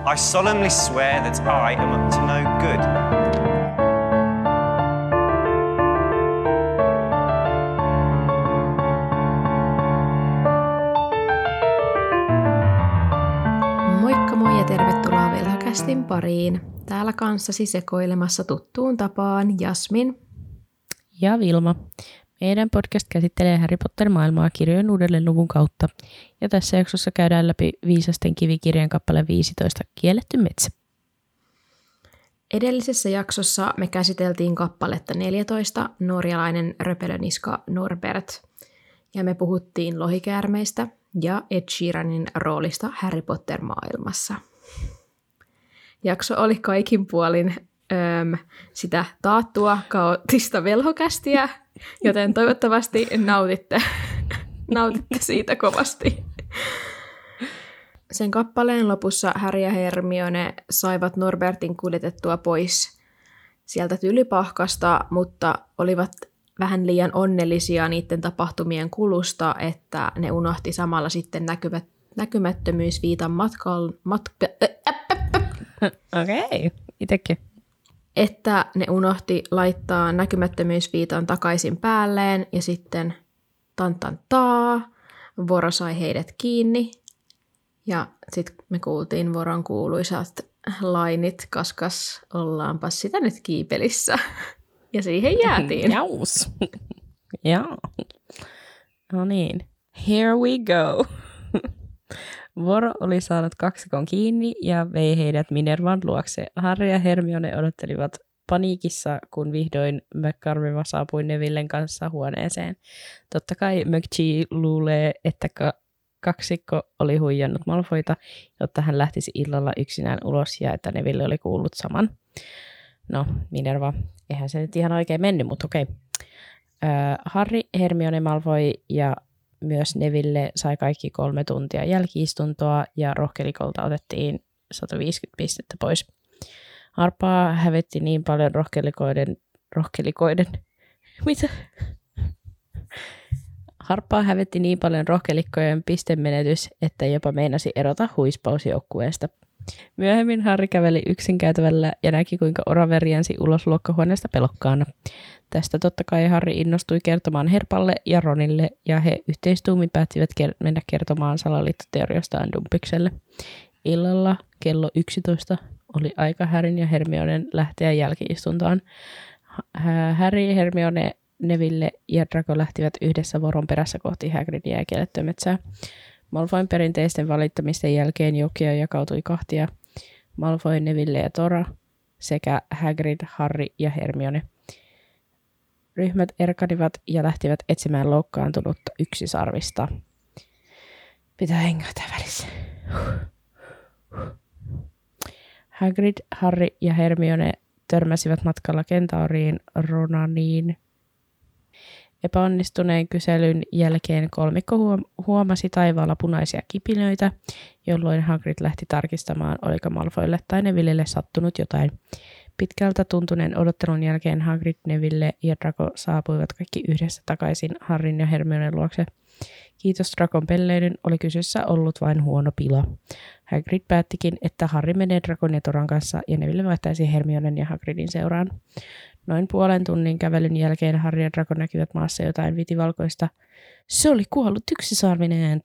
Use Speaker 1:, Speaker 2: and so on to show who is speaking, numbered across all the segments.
Speaker 1: I solemnly swear that I am up to no good.
Speaker 2: Moikka moi ja tervetuloa Velhokästin pariin. Täällä kanssasi sekoilemassa tuttuun tapaan Jasmin
Speaker 3: ja Vilma. Meidän podcast käsittelee Harry Potter-maailmaa kirjojen uudelleen luvun kautta. Ja tässä jaksossa käydään läpi Viisasten kivikirjan kappale 15 Kielletty metsä.
Speaker 2: Edellisessä jaksossa me käsiteltiin kappaletta 14 norjalainen röpelöniska Norbert. Ja me puhuttiin lohikäärmeistä ja Ed Sheeranin roolista Harry Potter-maailmassa. Jakso oli kaikin puolin sitä taattua kaoottista velhokästiä, joten toivottavasti nautitte siitä kovasti. Sen kappaleen lopussa Harry ja Hermione saivat Norbertin kuljetettua pois sieltä tylypahkasta, mutta olivat vähän liian onnellisia niiden tapahtumien kulusta, että ne unohti samalla sitten näkymättömyysviitan
Speaker 3: Okei, itsekin.
Speaker 2: Että ne unohti laittaa näkymättömyysviitan takaisin päälleen ja sitten Voro sai heidät kiinni. Ja sitten me kuultiin Voron kuuluisat lainit, kaskas, ollaanpas sitä nyt kiipelissä. Ja siihen jäätiin.
Speaker 3: Jaus. Joo. No niin. Here we go. Voro oli saanut kaksikon kiinni ja vei heidät Minervan luokse. Harry ja Hermione odottelivat paniikissa, kun vihdoin McGonagall saapui Nevillen kanssa huoneeseen. Totta kai McGee luulee, että kaksikko oli huijannut Malfoyta, jotta hän lähtisi illalla yksinään ulos ja että Neville oli kuullut saman. No, Minerva, eihän se nyt ihan oikein mennyt, mutta okei. Harry, Hermione, Malfoy ja myös Neville sai kaikki 3 tuntia jälki-istuntoa ja rohkelikolta otettiin 150 pistettä pois. Harpaa hävetti niin paljon Harppaa hävetti niin paljon rohkelikkojen pistemenetys, että jopa meinasi erota huispausjoukkueesta. Myöhemmin Harry käveli yksin käytävällä ja näki, kuinka Orave riensi ulos luokkahuoneesta pelokkaana. Tästä totta kai Harry innostui kertomaan Herpalle ja Ronille, ja he yhteistuumin päättivät mennä kertomaan salaliittoteoriostaan Dumpikselle. Illalla kello 11 oli aika Harryn ja Hermionen lähteä jälki-istuntaan. Harry, Hermione, Neville ja Draco lähtivät yhdessä Voron perässä kohti Hagridia ja Kiellettyä metsää. Malfoyn perinteisten valittamisten jälkeen joukko jakautui kahtia: Malfoy, Neville ja Tora sekä Hagrid, Harry ja Hermione. Ryhmät erkanivat ja lähtivät etsimään loukkaantunutta yksisarvista. Pitää hengähtää välissä. Hagrid, Harry ja Hermione törmäsivät matkalla kentauriin Ronaniin. Epäonnistuneen kyselyn jälkeen kolmikko huomasi taivaalla punaisia kipinöitä, jolloin Hagrid lähti tarkistamaan, oliko Malfoylle tai Nevillelle sattunut jotain. Pitkältä tuntuneen odottelun jälkeen Hagrid, Neville ja Draco saapuivat kaikki yhdessä takaisin Harryn ja Hermionen luokse. Kiitos Dracon pelleilyn, oli kyseessä ollut vain huono pila. Hagrid päättikin, että Harry menee Dracon ja Toran kanssa ja Neville vaihtaisi Hermionen ja Hagridin seuraan. Noin puolen tunnin kävelyn jälkeen Harry ja Draco näkivät maassa jotain vitivalkoista. Se oli kuollut yksisarvinen.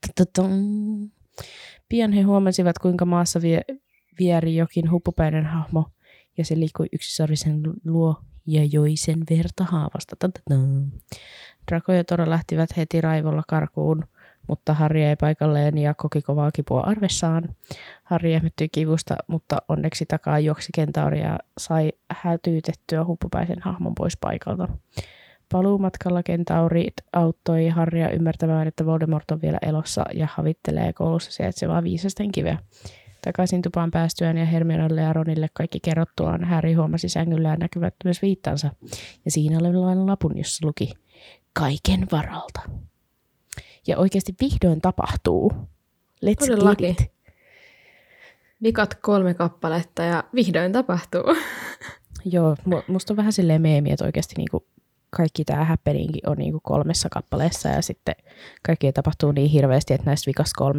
Speaker 3: Pian he huomasivat, kuinka maassa vieri jokin huppupäinen hahmo, ja se liikkui yksisarvisen luo ja joi sen verta haavasta. Draco ja Tora lähtivät heti raivolla karkuun, mutta Harry jäi paikalleen ja koki kovaa kipua arvessaan. Harry jähmettyi kivusta, mutta onneksi takaa juoksi kentauri ja sai hätyytettyä huppupäisen hahmon pois paikalta. Paluumatkalla kentaurit auttoi Harrya ymmärtämään, että Voldemort on vielä elossa ja havittelee koulussa sijaitsevaa Viisasten kiveä. Takaisin tupaan päästyään ja Hermionelle ja Ronille kaikki kerrottuaan Harry huomasi sängyllään näkyvät myös viittansa, ja siinä oli vain lapun, jossa luki kaiken varalta. Ja oikeasti vihdoin tapahtuu. Let's get it.
Speaker 2: Vikat 3 kappaletta ja vihdoin tapahtuu.
Speaker 3: Joo, musta on vähän silleen meemi, että oikeasti niinku kaikki tämä happeningi on niinku 3 kappaleessa ja sitten kaikki tapahtuu niin hirveästi, että näistä vikasta 3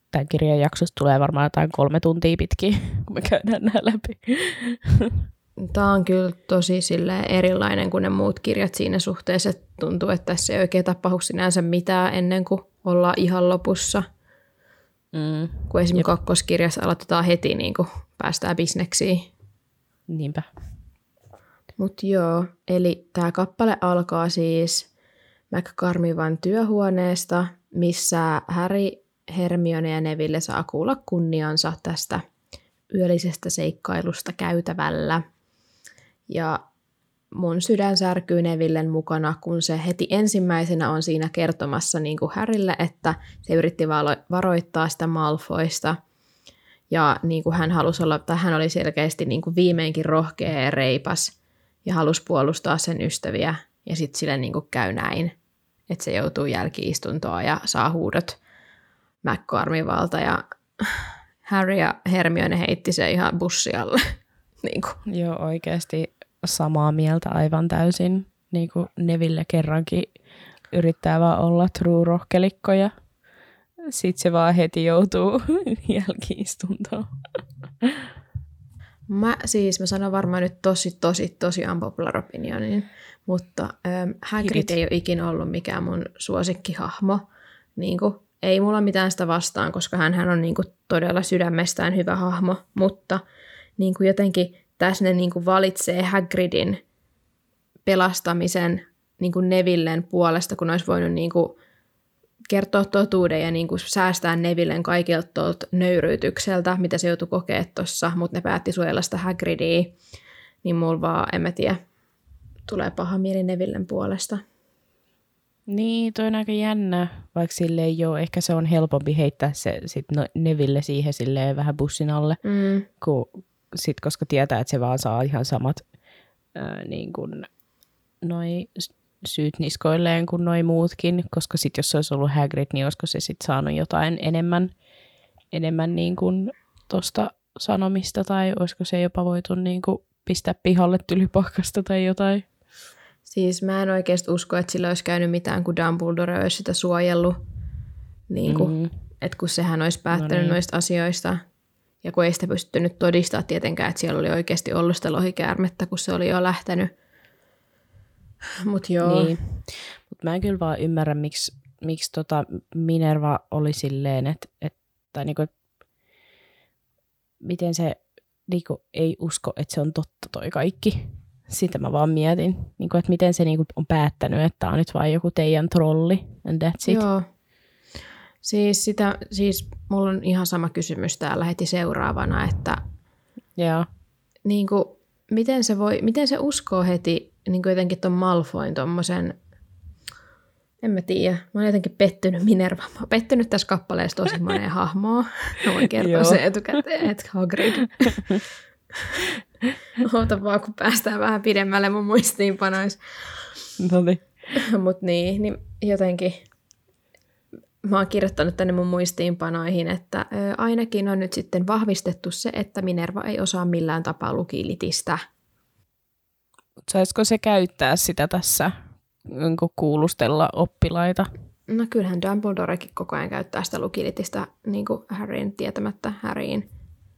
Speaker 3: tämän kirjan jaksosta tulee varmaan jotain 3 tuntia pitkin, kun me käydään nämä läpi.
Speaker 2: Tämä on kyllä tosi erilainen kuin ne muut kirjat siinä suhteessa, että tuntuu, että tässä ei oikein tapahdu sinänsä mitään ennen kuin ollaan ihan lopussa. Kun esimerkiksi kakkoskirjassa aloitetaan heti, niin kuin päästään bisneksiin.
Speaker 3: Niinpä.
Speaker 2: Mutta joo, eli tämä kappale alkaa siis McCormivan työhuoneesta, missä Harry, Hermione ja Neville saa kuulla kunniansa tästä yöllisestä seikkailusta käytävällä. Ja mun sydän särkyy Nevillen mukana, kun se heti ensimmäisenä on siinä kertomassa niin kuin Harrylle, että se yritti varoittaa sitä Malfoysta. Ja niin kuin hän halusi olla, tai hän oli selkeästi niin kuin viimeinkin rohkea ja reipas ja halusi puolustaa sen ystäviä. Ja sitten sille niin kuin käy näin, että se joutuu jälki-istuntoon ja saa huudot McCormivalta. Ja Harry ja Hermione heitti se ihan bussialle. niin kuin.
Speaker 3: Joo, oikeasti samaa mieltä aivan täysin. Niin kuin Neville kerrankin yrittää vaan olla true-rohkelikko ja sitten se vaan heti joutuu jälki-istuntoon.
Speaker 2: Mä sanon varmaan nyt tosi unpopular opinionin, mutta Hagrid ei ole ikinä ollut mikään mun suosikkihahmo. Niin kuin, ei mulla mitään sitä vastaan, koska hän on niin kuin todella sydämestään hyvä hahmo, mutta niin kuin jotenkin tässä ne niin kuin valitsee Hagridin pelastamisen niin kuin Nevillen puolesta, kun olisi voinut niin kuin kertoa totuuden ja niin kuin säästää Nevillen kaikilta tuolta nöyryytykseltä, mitä se joutui kokea tuossa, mutta ne päätti suojella sitä Hagridia, niin mulla vaan, en mä tiedä, tulee paha mieli Nevillen puolesta.
Speaker 3: Niin, toi on aika jännä, vaikka silleen joo, ehkä se on helpompi heittää se sit Neville siihen silleen vähän bussin alle, koska tietää, että se vaan saa ihan samat niin kuin noi syyt niskoilleen kuin noi muutkin, koska sitten jos se olisi ollut Hagrid, niin olisiko se sitten saanut jotain enemmän niin kuin tosta sanomista, tai olisiko se jopa voitu niin kuin pistää pihalle Tylypahkasta tai jotain.
Speaker 2: Siis mä en oikeasti usko, että sillä olisi käynyt mitään, kun Dumbledore olisi sitä suojellut, niin kuin, että kun sehän olisi päättänyt noista asioista. Ja kun ei sitä pystynyt todistaa tietenkään, että siellä oli oikeasti ollut sitä lohikäärmettä, kun se oli jo lähtenyt. Mut joo.
Speaker 3: Niin. Mut mä en kyllä vaan ymmärrä, miksi Minerva oli silleen, että niinku, miten se niinku, ei usko, että se on totta toi kaikki. Sitä mä vaan mietin, niinku, että miten se niinku, on päättänyt, että tää on nyt vain joku teidän trolli, and that's it.
Speaker 2: Joo. Siis mulla on ihan sama kysymys täällä heti seuraavana, että niinku, miten se uskoo heti niinku jotenkin ton Malfoyn tommosen, en mä tiedä, mä oon jotenkin pettynyt Minervaan. Mä oon pettynyt tässä kappaleessa tosi moneen hahmoa. Mä voin kertoa sen etukäteen, että Hagrid. Oota vaan, kun päästään vähän pidemmälle mun muistiinpanoissa.
Speaker 3: Noniin.
Speaker 2: Mut niin jotenkin mä oon kirjoittanut tänne mun muistiinpanoihin, että ainakin on nyt sitten vahvistettu se, että Minerva ei osaa millään tapaa lukilitistä.
Speaker 3: Saisiko se käyttää sitä tässä, kuulustella oppilaita?
Speaker 2: No kyllähän Dumbledorekin koko ajan käyttää sitä lukilitistä niin kuin Harryn tietämättä Harryin.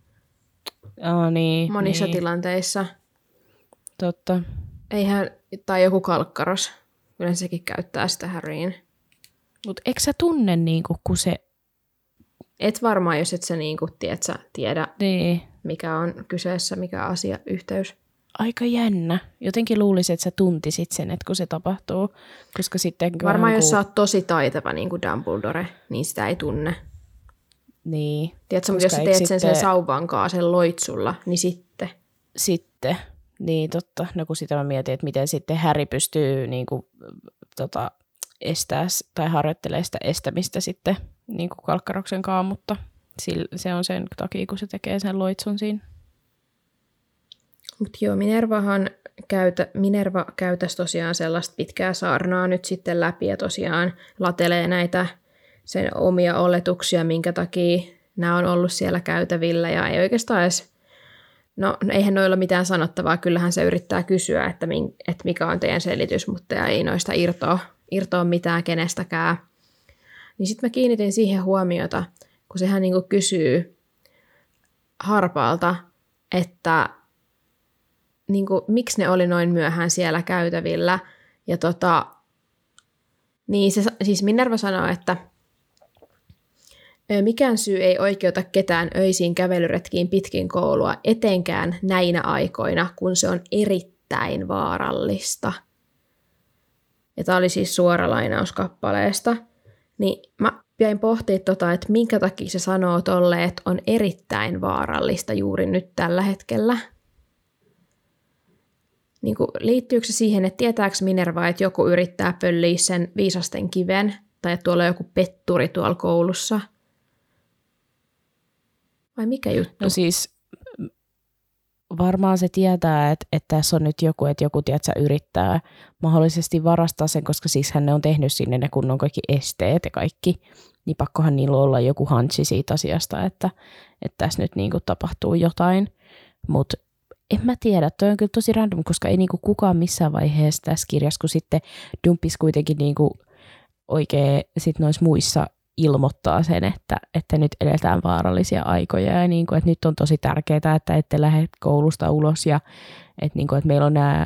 Speaker 3: Niin,
Speaker 2: monissa tilanteissa.
Speaker 3: Totta.
Speaker 2: Tai joku kalkkaros. Yleensä sekin käyttää sitä Harryin.
Speaker 3: Mutta eikö sä tunne niinku, kun se...
Speaker 2: Et varmaan, jos et sä niinku, tiedä,
Speaker 3: niin.
Speaker 2: Mikä on kyseessä, mikä asia, yhteys.
Speaker 3: Aika jännä. Jotenkin luulisin, että sä tuntisit sen, että kun se tapahtuu. Koska sitten...
Speaker 2: Varmaan jos sä oot tosi taitava, niin kuin Dumbledore, niin sitä ei tunne.
Speaker 3: Niin.
Speaker 2: Tiedätkö, mutta jos sä teet sen sauvankaan, sen loitsulla, niin sitten.
Speaker 3: Sitten. Niin, totta. No kun sitä mä mietin, että miten sitten Harry pystyy niinku, estää tai harjoittelee sitä estämistä sitten niinku kalkkaroksen kanssa, mutta se on sen takia, kun se tekee sen loitsun siinä.
Speaker 2: Mutta joo, Minerva käytäisi tosiaan sellaista pitkää saarnaa nyt sitten läpi ja tosiaan latelee näitä sen omia oletuksia, minkä takia nämä on ollut siellä käytävillä ja ei oikeastaan edes, no eihän noilla mitään sanottavaa, kyllähän se yrittää kysyä, että mikä on teidän selitys, mutta ei noista irtoa mitään kenestäkään. Niin sitten mä kiinnitin siihen huomiota, kun sehän niinku kysyy Harpalta, että niinku, miksi ne oli noin myöhään siellä käytävillä. Ja niin se, siis Minerva sanoo, että mikään syy ei oikeuta ketään öisiin kävelyretkiin pitkin koulua, etenkään näinä aikoina, kun se on erittäin vaarallista. Ja tämä oli siis suora lainaus kappaleesta. Niin mä jäin pohtimaan että minkä takia se sanoo tolle, että on erittäin vaarallista juuri nyt tällä hetkellä. Niin liittyykö se siihen, että tietääkö Minerva, että joku yrittää pölliä sen viisasten kiven, tai että tuolla on joku petturi tuolla koulussa? Vai mikä juttu?
Speaker 3: No siis varmaan se tietää, että tässä on nyt joku, että joku tiedätkö, yrittää mahdollisesti varastaa sen, koska siis hän on tehnyt sinne ne kunnon kaikki esteet ja kaikki, niin pakkohan niillä olla joku hansi siitä asiasta, että tässä nyt niinku tapahtuu jotain, mutta en mä tiedä, toi on kyllä tosi random, koska ei niinku kukaan missään vaiheessa tässä kirjassa, kun sitten Dumppis kuitenkin niinku oikein sit noissa muissa ilmoittaa sen, että nyt eletään vaarallisia aikoja ja niinku, että nyt on tosi tärkeää, että ette lähde koulusta ulos ja että niinku, että meillä on nämä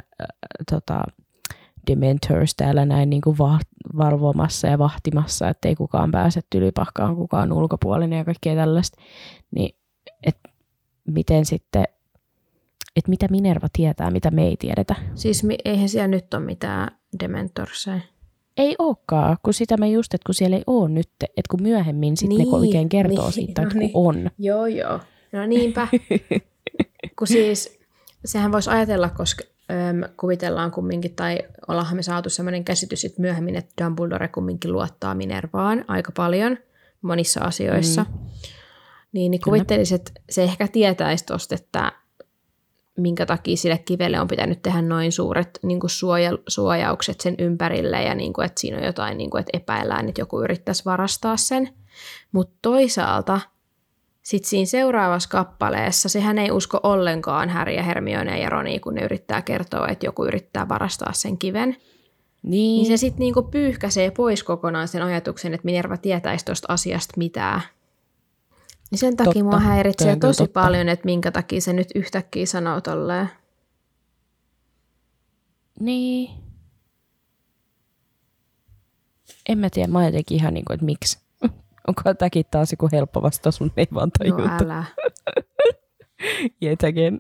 Speaker 3: Dementors täällä näin niinku valvomassa ja vahtimassa, että ei kukaan pääse Tylypahkaan, kukaan ulkopuolinen ja kaikkea tällaista, niin että miten sitten että mitä Minerva tietää, mitä me ei tiedetä.
Speaker 2: Siis eihän siellä nyt ole mitään Dementorseja.
Speaker 3: Ei olekaan, kun sitä mä just, että kun siellä ei ole nyt, että kun myöhemmin sitten ne oikein kertoo siitä, että kun on.
Speaker 2: Joo. No niinpä. Kun siis, sehän voisi ajatella, koska kuvitellaan kumminkin, tai ollaanhan me saatu sellainen käsitys sitten myöhemmin, että Dumbledore kumminkin luottaa Minervaan aika paljon monissa asioissa. Niin kuvittelisin, että se ehkä tietäisi tosta, että minkä takia sille kivelle on pitänyt tehdä noin suuret niin kuin suojaukset sen ympärille ja niin kuin, että siinä on jotain, niin kuin, että epäillään, että joku yrittäisi varastaa sen. Mutta toisaalta sitten siinä seuraavassa kappaleessa sehän ei usko ollenkaan Harry ja Hermione ja Ronia, kun ne yrittää kertoa, että joku yrittää varastaa sen kiven. Niin se sitten niin kuin pyyhkäisee pois kokonaan sen ajatuksen, että Minerva tietäisi tuosta asiasta mitään. Niin sen takia mua häiritsee tosi paljon, että minkä takia se nyt yhtäkkiä sanoo tolleen.
Speaker 3: Niin. En mä tiedä, mä oon jotenkin ihan niin kuin, että miksi. Onko tämäkin taas joku helppo vastaus, mun ei vaan tajuta.
Speaker 2: No älä.
Speaker 3: Yet again.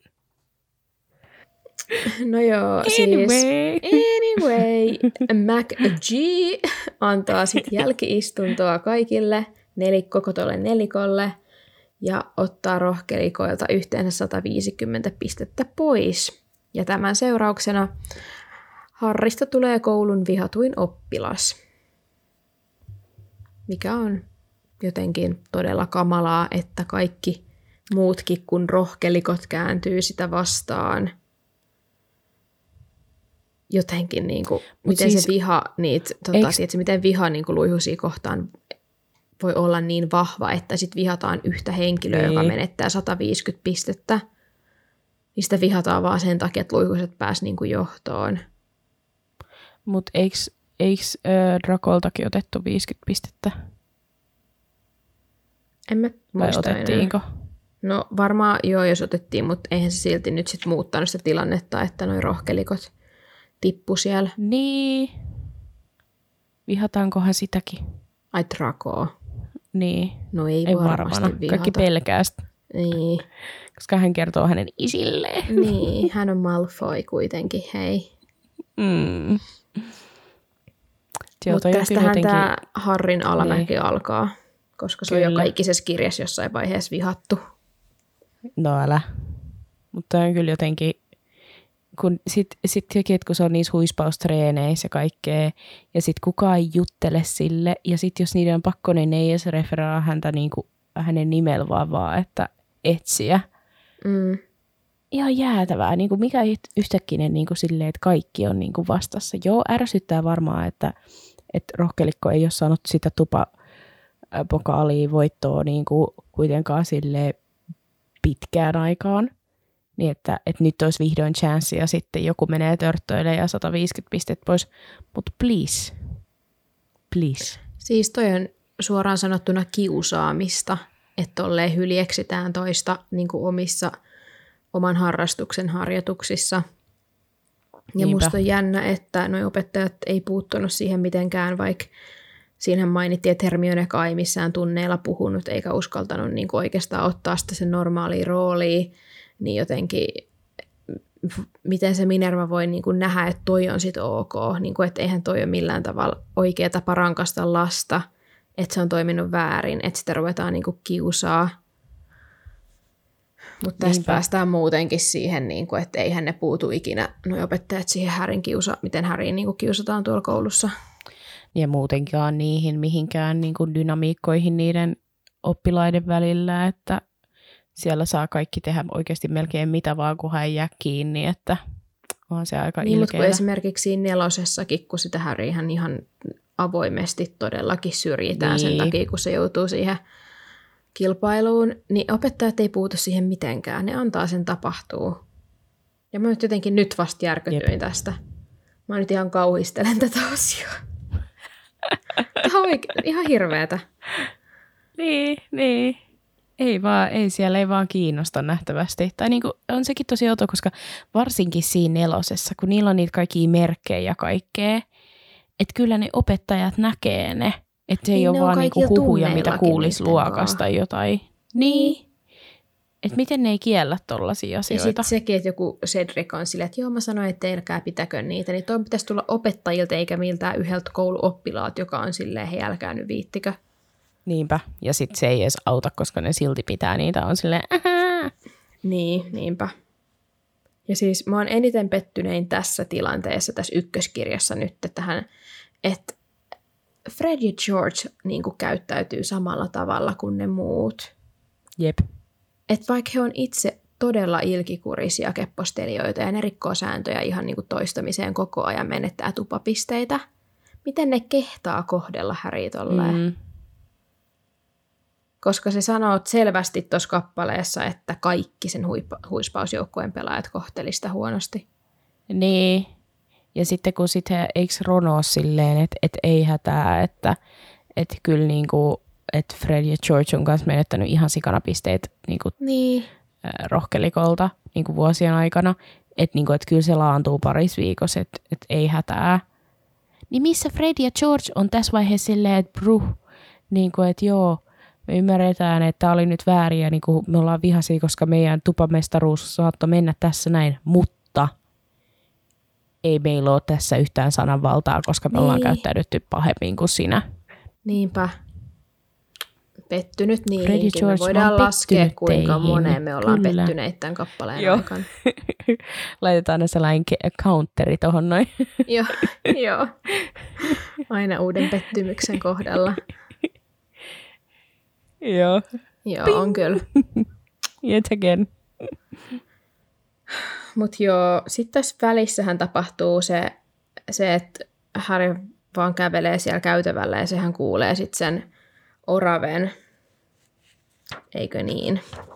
Speaker 2: No joo, anyway, McG antaa sitten jälki-istuntoa kaikille koko tuolle nelikolle ja ottaa rohkelikoilta yhteensä 150 pistettä pois. Ja tämän seurauksena Harrysta tulee koulun vihatuin oppilas, mikä on jotenkin todella kamalaa, että kaikki muutkin kuin rohkelikot kääntyy sitä vastaan. Jotenkin, niin kuin, miten siis, se viha, miten viha niin kuin luihuisia kohtaan voi olla niin vahva, että sit vihataan yhtä henkilöä, joka menettää 150 pistettä. Niin sitä vihataan vaan sen takia, että luihuiset pääsivät niin kuin johtoon.
Speaker 3: Mutta eikö Drakoltakin otettu 50 pistettä?
Speaker 2: En mä muista.
Speaker 3: Vai otettiinko?
Speaker 2: No varmaan joo, jos otettiin, mutta eihän se silti nyt sit muuttanut sitä tilannetta, että noi rohkelikot tippu siellä.
Speaker 3: Niin. Vihataankohan sitäkin?
Speaker 2: Ai Drakoa.
Speaker 3: Niin.
Speaker 2: No ei varmasti vihata.
Speaker 3: Kaikki pelkää sitä.
Speaker 2: Niin.
Speaker 3: Koska hän kertoo hänen isilleen.
Speaker 2: Niin, hän on Malfoy kuitenkin, hei. Mutta tästähän jotenkin tämä Harryn alamäki alkaa, koska se on joka ikisessä kirjassa jossain vaiheessa vihattu.
Speaker 3: No älä. Mutta on kyllä jotenkin, kun sitten kun se on niissä huispaustreeneissä ja kaikkea, ja sitten kukaan ei juttele sille, ja sitten jos niiden on pakko, niin ne ei edes referaa häntä niinku, hänen nimellä vaan että etsiä. Ihan jäätävää, niinku mikä yhtäkkiä niinku silleen, että kaikki on niinku vastassa. Joo, ärsyttää varmaan, että rohkelikko ei ole saanut sitä tupapokaalia voittoa niinku kuitenkaan silleen pitkään aikaan. Niin, että nyt olisi vihdoin chanssi ja sitten joku menee törttöille ja 150 pistettä pois. Mutta please.
Speaker 2: Siis toi on suoraan sanottuna kiusaamista, että tolleen hyljeksitään toista niin kuin omissa oman harrastuksen harjoituksissa. Ja musta on jännä, että nuo opettajat ei puuttunut siihen mitenkään, vaikka siinähän mainittiin, että Hermione ei missään tunneilla puhunut eikä uskaltanut niin kuin oikeastaan ottaa sitä sen normaalia roolia, niin jotenkin miten se Minerva voi niin kuin nähdä, että toi on sit ok, niin kuin, että eihän toi ole millään tavalla oikea tapa rankasta lasta, että se on toiminut väärin, että sitä ruvetaan niin kuin kiusaa. Mutta tästä päästään muutenkin siihen, niin kuin, että eihän ne puutu ikinä nuo opettajat siihen miten Harryin niin kuin kiusataan tuolla koulussa.
Speaker 3: Ja muutenkaan niihin mihinkään niin kuin dynamiikkoihin niiden oppilaiden välillä, että siellä saa kaikki tehdä oikeasti melkein mitä vaan, kunhan ei jää kiinni, että on se aika
Speaker 2: niin, mutta
Speaker 3: ilkeää.
Speaker 2: Esimerkiksi siinä 4:ssäkin, kun sitä Harryhän ihan avoimesti todellakin syrjitään sen takia, kun se joutuu siihen kilpailuun, niin opettajat ei puutu siihen mitenkään. Ne antaa sen tapahtuu. Ja mä nyt jotenkin nyt vasta järkytyin tästä. Mä nyt ihan kauhistelen tätä asiaa. Tämä on ihan hirveätä.
Speaker 3: Niin. Siellä ei vaan kiinnosta nähtävästi. Tai niinku, on sekin tosi outo, koska varsinkin siinä 4, kun niillä on niitä kaikkia merkkejä ja kaikkea, että kyllä ne opettajat näkee ne. Että se ei ole vaan niinku huhuja, mitä kuulisi luokasta tai jotain. Niin. Että miten ne ei kiellä tollaisia asioita.
Speaker 2: Ja sitten sekin, että joku Cedric on silleen, että joo mä sanoin, että älkää pitäkö niitä. Niin toi pitäisi tulla opettajilta eikä miltään yhdeltä kouluoppilaat, joka on silleen, hei älkää nyt viittikö.
Speaker 3: Niinpä. Ja sitten se ei edes auta, koska ne silti pitää niitä. On silleen,
Speaker 2: niinpä. Ja siis mä oon eniten pettynein tässä tilanteessa, tässä ykköskirjassa nyt tähän, että Fred ja George niin kuin käyttäytyy samalla tavalla kuin ne muut.
Speaker 3: Jep.
Speaker 2: Että vaikka he on itse todella ilkikurisia keppostelijoita ja ne rikkoo sääntöjä ihan niin kuin toistamiseen koko ajan menettää tupapisteitä, miten ne kehtaa kohdella Harry tolleen? Koska se sanoo selvästi tuossa kappaleessa, että kaikki sen huispausjoukkueen pelaajat kohteli sitä huonosti.
Speaker 3: Niin. Ja sitten kun eikö Ron ole silleen, että ei hätää, että kyllä niinku, että Fred ja George on kanssa menettänyt ihan sikanapisteet niinku rohkelikolta niinku vuosien aikana. Että niinku, et kyllä se laantuu parissa viikossa, että ei hätää. Niin missä Fred ja George on tässä vaiheessa silleen, että niinku, että joo, me ymmärretään, että tämä oli nyt väärin ja niinku, me ollaan vihaisia, koska meidän tupamestaruus saattoi mennä tässä näin, mutta ei meillä ole tässä yhtään sananvaltaa, koska me ollaan käyttäydytty pahemmin kuin sinä.
Speaker 2: Niinpä. Pettynyt niihinkin. Me voidaan laskea, kuinka moneen me ollaan pettyneet tämän kappaleen aikana.
Speaker 3: Laitetaan ne sellainen counteri tuohon noin.
Speaker 2: Joo. Aina uuden pettymyksen kohdalla.
Speaker 3: Joo.
Speaker 2: Joo, on kyllä.
Speaker 3: Yet again.
Speaker 2: Mutta joo, sitten tässä välissähän tapahtuu se, että Harry vaan kävelee siellä käytävällä ja sehän kuulee sitten sen oraven, eikö niin?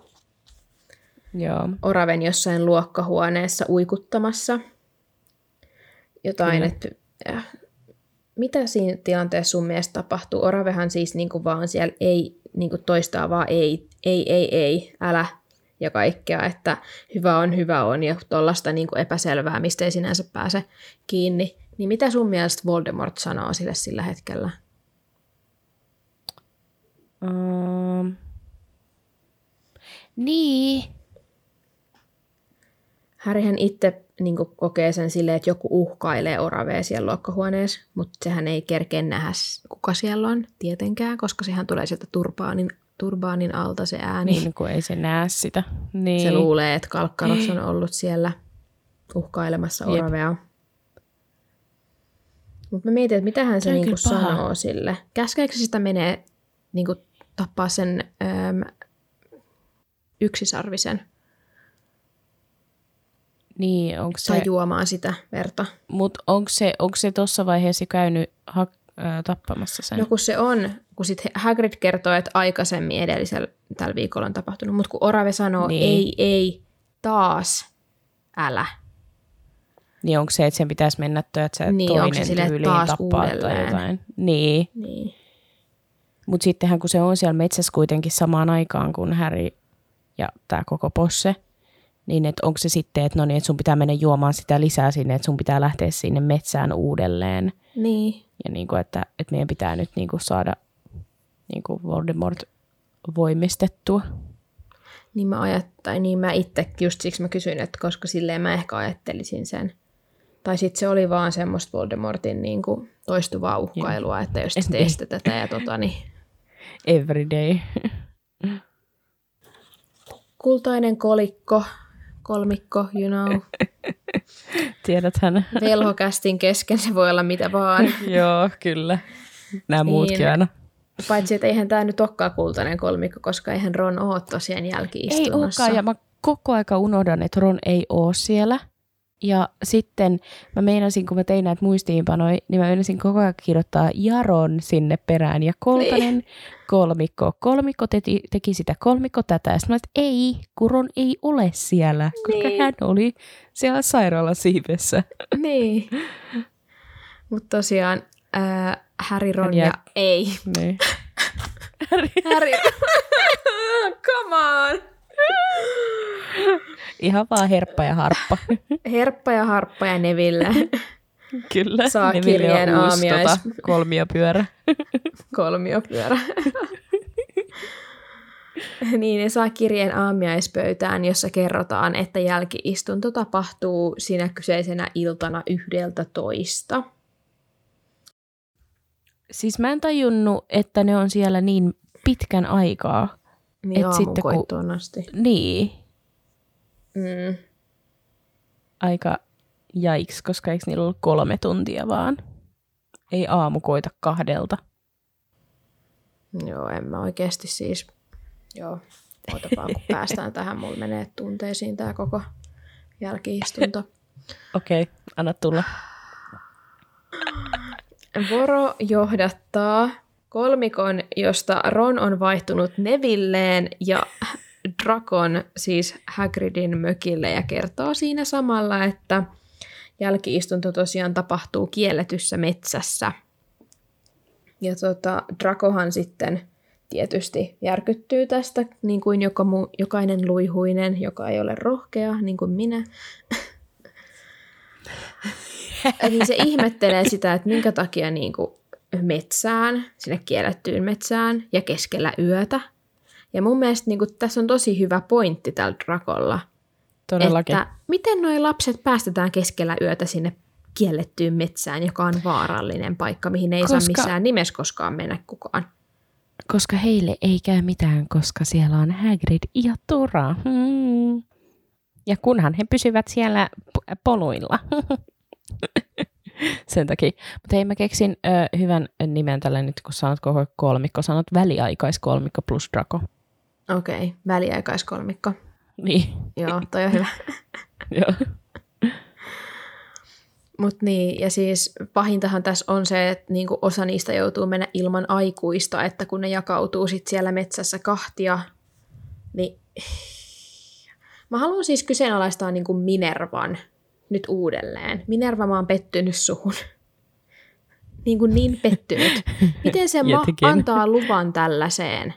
Speaker 3: Joo.
Speaker 2: Oraven jossain luokkahuoneessa uikuttamassa jotain, että mitä siinä tilanteessa sun mielestä tapahtuu? Oravehan siis niinku vaan siellä ei niinku toistaa vaan ei, älä ja kaikkea, että hyvä on ja tollaista niinku epäselvää, mistä ei sinänsä pääse kiinni. Niin mitä sun mielestä Voldemort sanoo sille sillä hetkellä?
Speaker 3: Niin.
Speaker 2: Harryhän itse niin kuin kokee sen silleen, että joku uhkailee oravea siellä luokkahuoneessa, mutta sehän ei kerkeä nähdä, kuka siellä on tietenkään, koska sehän tulee sieltä turbaanin alta se ääni.
Speaker 3: Niin, kun ei se näe sitä. Niin.
Speaker 2: Se luulee, että Kalkkaros on ollut siellä uhkailemassa oravea. Mutta mä mietin, että mitähän se niinku sanoo sille. Käskeekö se sitä menee niinku tappaa sen yksisarvisen?
Speaker 3: Niin, onko se...
Speaker 2: Tai juomaan sitä verta.
Speaker 3: Mutta onko se tuossa vaiheessa käynyt tappamassa sen?
Speaker 2: No kun se on, kun sitten Hagrid kertoo, että aikaisemmin edellisellä tällä viikolla on tapahtunut, mutta kun orave sanoo niin. ei, taas, älä.
Speaker 3: Niin onko se, että sen pitäisi mennä että se
Speaker 2: niin,
Speaker 3: toinen tyyliin tappaa tai jotain? Niin. Mutta sittenhän kun se on siellä metsässä kuitenkin samaan aikaan kuin Harry ja tämä koko posse, niin että onko se sitten, että no niin, että sun pitää mennä juomaan sitä lisää sinne, että sun pitää lähteä sinne metsään uudelleen.
Speaker 2: Niin.
Speaker 3: Ja niin kuin, että meidän pitää nyt niin kuin saada niin kuin Voldemort voimistettua.
Speaker 2: Niin mä itse, just siksi mä kysyin, että koska silleen mä ehkä ajattelisin sen. Tai sitten se oli vaan semmoista Voldemortin niin kuin toistuvaa uhkailua, että jos te teette tätä ja niin.
Speaker 3: Every day.
Speaker 2: Kultainen kolmikko, you know.
Speaker 3: Tiedäthän.
Speaker 2: Velhokästin kesken se voi olla mitä vaan.
Speaker 3: Joo, kyllä. Nämä muutkin
Speaker 2: niin.
Speaker 3: aina.
Speaker 2: Paitsi, että eihän tämä nyt olekaan kultainen kolmikko, koska eihän Ron ole tosiaan jälki-istunnossa.
Speaker 3: Ei olekaan, ja mä koko aika unohdan, että Ron ei ole siellä. Ja sitten mä meinasin, kun mä tein näitä muistiinpanoja, niin mä meinasin koko ajan kirjoittaa Jaron sinne perään. Ja kultainen kolmikko. Kolmikko teki sitä kolmikko tätä. Ja sitten mä että ei, kun Ron ei ole siellä, koska hän oli siellä sairaalasiivessä.
Speaker 2: Niin. Mutta tosiaan Harry, Ron ja ei.
Speaker 3: Niin.
Speaker 2: Harry. Come on.
Speaker 3: Ihan vaan herppa ja harppa.
Speaker 2: Herppa ja harppa ja Neville.
Speaker 3: Kyllä.
Speaker 2: Saa
Speaker 3: Neville
Speaker 2: kirjeen aamiais.
Speaker 3: Kolmiopyörä.
Speaker 2: Kolmiopyörä. Niin, ne saa kirjeen aamiaispöytään, jossa kerrotaan, että jälki-istunto tapahtuu siinä kyseisenä iltana 11.
Speaker 3: Siis mä en tajunnut, että ne on siellä niin pitkän aikaa.
Speaker 2: Niin aamukoittoon asti.
Speaker 3: Niin.
Speaker 2: Mm.
Speaker 3: Aika jaiks, koska eikö niillä ollut 3 tuntia vaan? Ei aamukoita 2.
Speaker 2: Joo, en mä oikeasti siis. Joo, ootapaan kun päästään tähän, mulla menee tunteisiin tää koko jälki-istunto.
Speaker 3: Okei, anna tulla.
Speaker 2: Voro johdattaa kolmikon, josta Ron on vaihtunut Nevilleen ja Drakon, siis Hagridin mökille, ja kertoo siinä samalla, että jälki-istunto tosiaan tapahtuu kielletyssä metsässä. Ja Drakohan sitten tietysti järkyttyy tästä, niin kuin jokainen luihuinen, joka ei ole rohkea, niin kuin minä. Niin se ihmettelee sitä, että minkä takia niin kuin metsään, sinne kiellettyyn metsään ja keskellä yötä. Ja mun mielestä niin kuin, tässä on tosi hyvä pointti tällä Drakolla.
Speaker 3: Todellakin.
Speaker 2: Että miten nuo lapset päästetään keskellä yötä sinne kiellettyyn metsään, joka on vaarallinen paikka, mihin ei saa missään nimessä koskaan mennä kukaan.
Speaker 3: Koska heille ei käy mitään, koska siellä on Hagrid ja Tura. Ja kunhan he pysyvät siellä poluilla. Sen takia. Mutta hei, mä keksin hyvän nimen tälle nyt, kun sanot koko kolmikko. Sanot väliaikaiskolmikko plus Draco.
Speaker 2: Okei, väliaikaiskolmikko.
Speaker 3: Niin.
Speaker 2: Joo, toi on hyvä.
Speaker 3: Joo.
Speaker 2: Mut niin, ja siis pahintahan tässä on se, että niinku osa niistä joutuu mennä ilman aikuista, että kun ne jakautuu sit siellä metsässä kahtia, niin mä haluan siis kyseenalaistaa niinku Minervan nyt uudelleen. Minerva, mä oon pettynyt suhun. niin pettynyt. Miten se antaa luvan tällaiseen?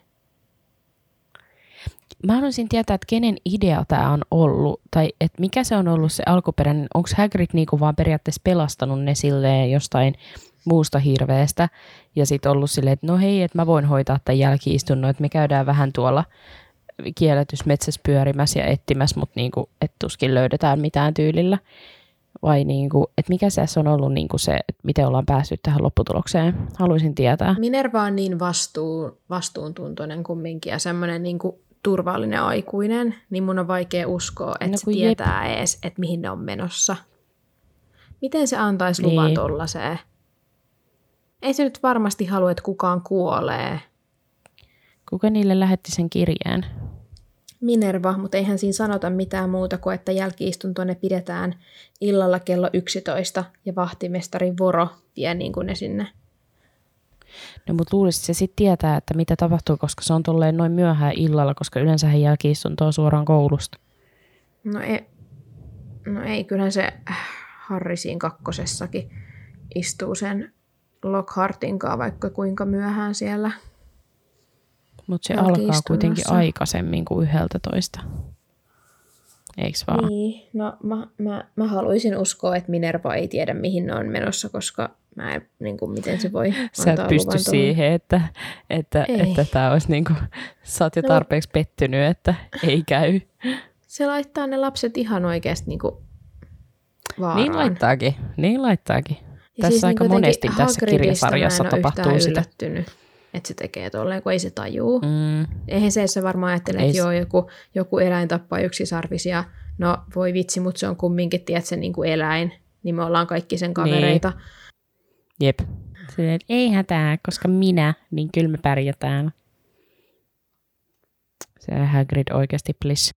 Speaker 3: Mä haluaisin tietää, että kenen idea tämä on ollut, tai että mikä se on ollut se alkuperäinen. Onko Hagrid niinku vaan periaatteessa pelastanut ne silleen jostain muusta hirveästä, ja sitten ollut silleen, että no hei, että mä voin hoitaa tämän jälki-istunnon, että me käydään vähän tuolla kielletys metsässä pyörimässä ja etsimässä, mutta niinku, et tuskin löydetään mitään tyylillä. Vai niinku, että mikä se on ollut niinku se, että miten ollaan päässyt tähän lopputulokseen? Haluaisin tietää.
Speaker 2: Minerva on niin vastuuntuntoinen kumminkin ja semmoinen niinku turvallinen aikuinen, niin mun on vaikea uskoa, että se tietää edes, että mihin ne on menossa. Miten se antaisi luvan tollaiseen? Ei se nyt varmasti halua, että kukaan kuolee.
Speaker 3: Kuka niille lähetti sen kirjeen?
Speaker 2: Minerva, mutta eihän siinä sanota mitään muuta kuin, että jälki-istunto ne pidetään illalla kello 11 ja vahtimestari Voro vie niin kuin ne sinne.
Speaker 3: No mutta luulisin, että se sitten tietää, että mitä tapahtuu, koska se on tolleen noin myöhään illalla, koska yleensä jälki-istunto on suoraan koulusta.
Speaker 2: No ei, kyllähän se Harry siinä kakkosessakin istuu sen Lockhartin kanssa vaikka kuinka myöhään siellä.
Speaker 3: Mutta se
Speaker 2: Jälki-istunnossa.
Speaker 3: alkaa kuitenkin aikaisemmin kuin 11. Eiks vaan?
Speaker 2: Niin, no mä haluaisin uskoa, että Minerva ei tiedä, mihin ne on menossa, koska mä en, niin kuin, miten se voi
Speaker 3: Sä et
Speaker 2: antaa
Speaker 3: pysty
Speaker 2: luvan
Speaker 3: siihen, että tää olisi niinku, sä oot jo tarpeeksi pettynyt, että ei käy.
Speaker 2: Se laittaa ne lapset ihan oikeasti niin kuin vaaraan.
Speaker 3: Niin laittaakin.
Speaker 2: Ja
Speaker 3: Tässä
Speaker 2: siis
Speaker 3: aika
Speaker 2: niin
Speaker 3: monesti tässä
Speaker 2: Hagridista
Speaker 3: kirjasarjassa
Speaker 2: mä en ole
Speaker 3: tapahtuu
Speaker 2: yhtään
Speaker 3: sitä.
Speaker 2: yllättynyt, että se tekee tolleen, kun ei se tajuu. Eihän se varmaan ajattele, että joo, joku eläin tappaa yksisarvisia. No voi vitsi, mutta se on kumminkin, tiedätkö, niin kuin eläin. Niin me ollaan kaikki sen kavereita.
Speaker 3: Niin. Jep. Silleen, että ei hätää, koska niin kyllä me pärjätään. Se Hagrid oikeasti bliss.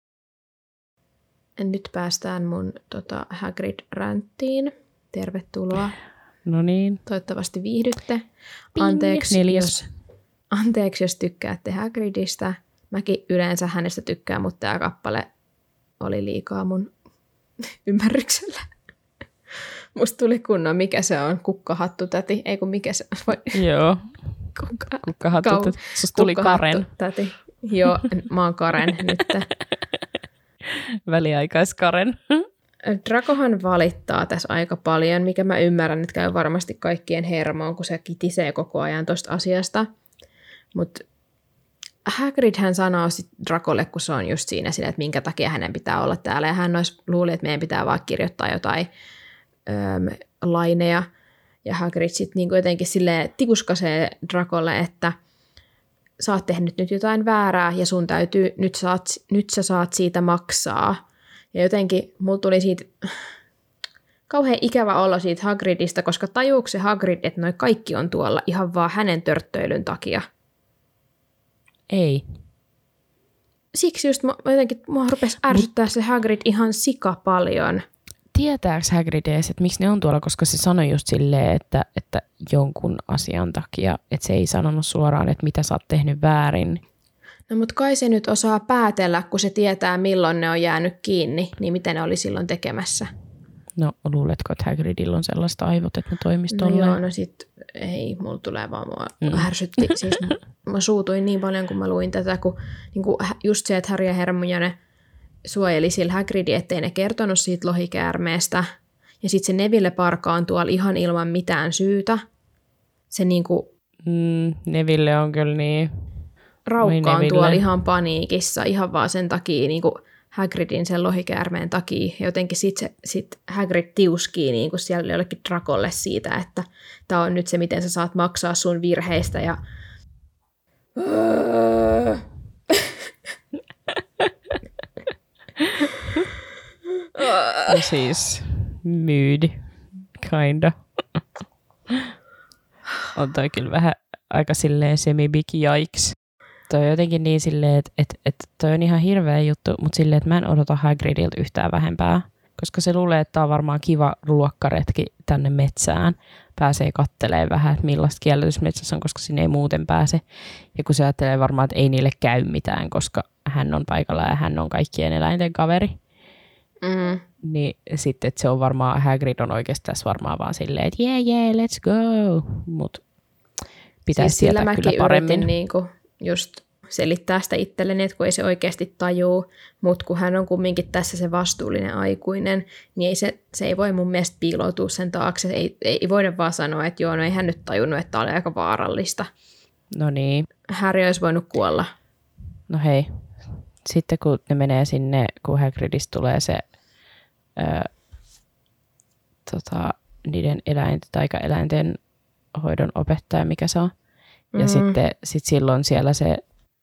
Speaker 2: Nyt päästään mun Hagrid-ränttiin. Tervetuloa.
Speaker 3: No niin.
Speaker 2: Toivottavasti viihdytte.
Speaker 3: Ping, 4.
Speaker 2: Anteeksi, jos tykkäätte Hagridista. Mäkin yleensä hänestä tykkään, mutta tämä kappale oli liikaa mun ymmärryksellä. Musta tuli kunnon, mikä se on, kukkahattu täti. Ei kun mikä se on.
Speaker 3: Joo. Kukkahattu täti. Susta tuli Karen.
Speaker 2: Täti. Joo, mä oon Karen nyt.
Speaker 3: Väliaikais-Karen.
Speaker 2: Dracohan valittaa tässä aika paljon, mikä mä ymmärrän, että käy varmasti kaikkien hermoon, kun se kitisee koko ajan tosta asiasta. Mutta Hagrid hän sanoo sitten Dracolle, kun se on just siinä, että minkä takia hänen pitää olla täällä. Ja hän luuli, että meidän pitää vaan kirjoittaa jotain laineja. Ja Hagrid sitten niin jotenkin silleen tikuskasee Dracolle, että sä oot tehnyt nyt jotain väärää ja sun täytyy, nyt sä saat siitä maksaa. Ja jotenkin mulla tuli siitä kauhean ikävä olla siitä Hagridista, koska tajuuko se Hagrid, että noi kaikki on tuolla ihan vaan hänen törttöilyn takia?
Speaker 3: Ei.
Speaker 2: Siksi just mua rupesi ärsyttää se Hagrid ihan sika paljon.
Speaker 3: Tietääks Hagrid edes, että miksi ne on tuolla, koska se sanoi just silleen, että jonkun asian takia, että se ei sanonut suoraan, että mitä sä oot tehnyt väärin.
Speaker 2: No mut kai se nyt osaa päätellä, kun se tietää milloin ne on jäänyt kiinni, niin mitä ne oli silloin tekemässä.
Speaker 3: No luuletko, että Hagridilla on sellaista aivot, että ne toimisi
Speaker 2: No
Speaker 3: tolleen?
Speaker 2: joo, no sit ei, mulla tulee vaan mua ärsytti. Siis mä suutuin niin paljon, kun mä luin tätä, kun niinku, just se, että Harry ja Hermione suojeli sillä Hagridin, ettei ne kertonut siitä lohikäärmeestä. Ja sitten se Neville Parka on tuolla ihan ilman mitään syytä. Se niinku
Speaker 3: Neville on kyllä niin.
Speaker 2: Raukka on tuolla ihan paniikissa, ihan vaan sen takia, niinku Hagridin sen lohikäärmeen takia. Jotenkin sit Hagrid tiuskii niinku siellä jollekin Dracolle siitä, että tämä on nyt se, miten sä saat maksaa sun virheistä. Ja
Speaker 3: No siis mood, kinda. On toi kyllä vähän aika silleen semi-big yikes. Toi on jotenkin niin silleen, että toi on ihan hirveä juttu, mutta silleen, että mä en odota Hagridilta yhtään vähempää. Koska se luulee, että tää on varmaan kiva luokkaretki tänne metsään. Pääsee kattelemaan vähän, että millaista kielletysmetsässä on, koska sinne ei muuten pääse. Ja kun se ajattelee varmaan, että ei niille käy mitään, koska hän on paikalla ja hän on kaikkien eläinten kaveri. Niin sitten, että se on varmaan, Hagrid on oikeasti tässä varmaan vaan silleen, että yeah, let's go. Mut pitäisi
Speaker 2: siis
Speaker 3: sieltä kyllä paremmin.
Speaker 2: Yritin niinku just selittää sitä itselleni, että kun ei se oikeasti tajuu, mutta kun hän on kumminkin tässä se vastuullinen aikuinen, niin ei se ei voi mun mielestä piiloutua sen taakse. Ei voida vaan sanoa, että joo, no ei hän nyt tajunnut, että tämä oli aika vaarallista.
Speaker 3: No niin.
Speaker 2: Harry olisi voinut kuolla.
Speaker 3: No hei, sitten kun ne menee sinne, kun Hagridista tulee se niiden eläinten hoidon opettaja, mikä se on. Ja sitten silloin siellä se,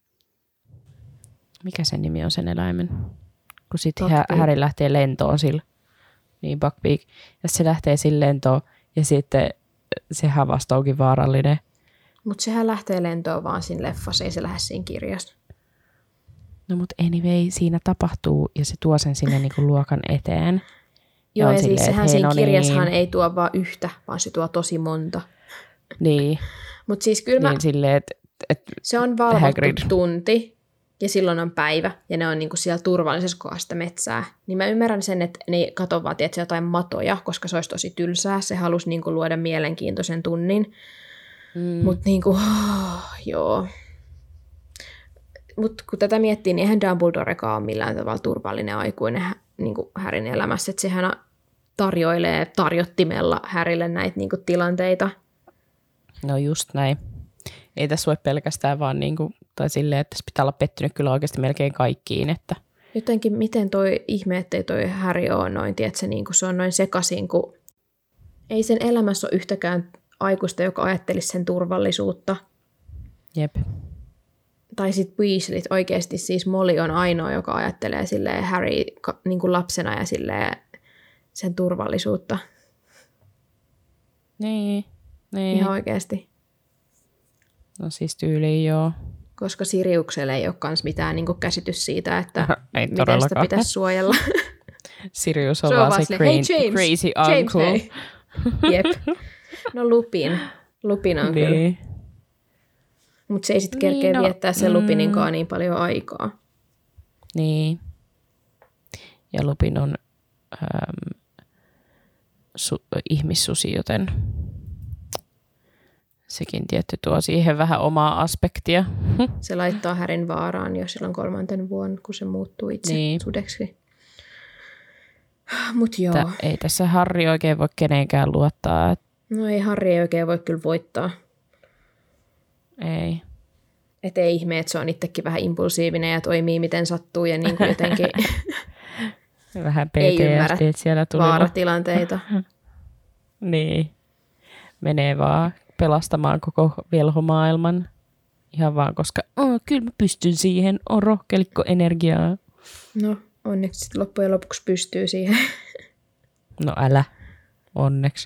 Speaker 3: mikä sen nimi on sen eläimen? Kun sitten Harry lähtee lentoon sillä. Niin, Buckbeak. Ja se lähtee sille lentoon ja sitten sehän vasta onkin vaarallinen.
Speaker 2: Mutta sehän lähtee lentoon vaan siinä leffassa, ei se lähde siinä kirjassa.
Speaker 3: No mut anyway, siinä tapahtuu ja se tuo sen sinne niinku luokan eteen.
Speaker 2: Joo, ja siis sehän siinä kirjassahan ei tuo vaan yhtä, vaan se tuo tosi monta.
Speaker 3: Niin.
Speaker 2: Mutta siis kyllä
Speaker 3: niin silleen,
Speaker 2: se on valvottu tunti ja silloin on päivä ja ne on niinku siellä turvallisessa kohdassa metsää. Niin mä ymmärrän sen, että ne katsoo vaan jotain matoja, koska se olisi tosi tylsää. Se halusi niinku luoda mielenkiintoisen tunnin. Mutta niinku, joo. Mutta kun tätä miettii, niin eihän Dumbledorekaan ole millään tavalla turvallinen aikuinen niin kuin Harryn elämässä. Että sehän tarjoilee tarjottimella Harrylle näitä niin kuin tilanteita.
Speaker 3: No just näin. Ei tässä voi pelkästään vaan tai silleen, että tässä pitää olla pettynyt kyllä oikeasti melkein kaikkiin. Että...
Speaker 2: Jotenkin miten toi ihme, ettei toi Harry ole noin, tiedätkö, niin kuin se on noin sekaisin, kun ei sen elämässä ole yhtäkään aikuista, joka ajattelisi sen turvallisuutta.
Speaker 3: Jep.
Speaker 2: Tai sitten Weasleyt oikeasti, siis Molly on ainoa, joka ajattelee silleen Harry niin kuin lapsena ja silleen sen turvallisuutta.
Speaker 3: Niin.
Speaker 2: Ihan oikeasti.
Speaker 3: No siis tyyliin joo.
Speaker 2: Koska Siriuksella ei ole kans mitään niin kuin käsitys siitä, että miten sitä pitäisi suojella.
Speaker 3: Sirius on vaan se crazy uncle.
Speaker 2: James, jep. No Lupin on
Speaker 3: niin.
Speaker 2: kyllä. Mutta se ei sitten kerkeä viettää sen Lupininkaan niin paljon aikaa.
Speaker 3: Niin. Ja Lupin on ihmissusi, joten sekin tietty tuo siihen vähän omaa aspektia.
Speaker 2: Se laittaa Harryn vaaraan jo silloin 3. vuonna, kun se muuttuu itse sudeksi. Mut joo.
Speaker 3: Ei tässä Harry oikein voi kenenkään luottaa.
Speaker 2: No ei Harry ei oikein voi kyllä voittaa.
Speaker 3: Ei.
Speaker 2: Et ei ihme, että se on itsekin vähän impulsiivinen ja toimii miten sattuu ja niin kuin jotenkin
Speaker 3: vähän
Speaker 2: ei ymmärrä
Speaker 3: siellä
Speaker 2: vaaratilanteita.
Speaker 3: Niin. Menee vaan pelastamaan koko velhomaailman. Ihan vaan, koska kyllä mä pystyn siihen. On rohkelikko energiaa.
Speaker 2: No, onneksi sitten loppujen lopuksi pystyy siihen.
Speaker 3: No älä. Onneksi.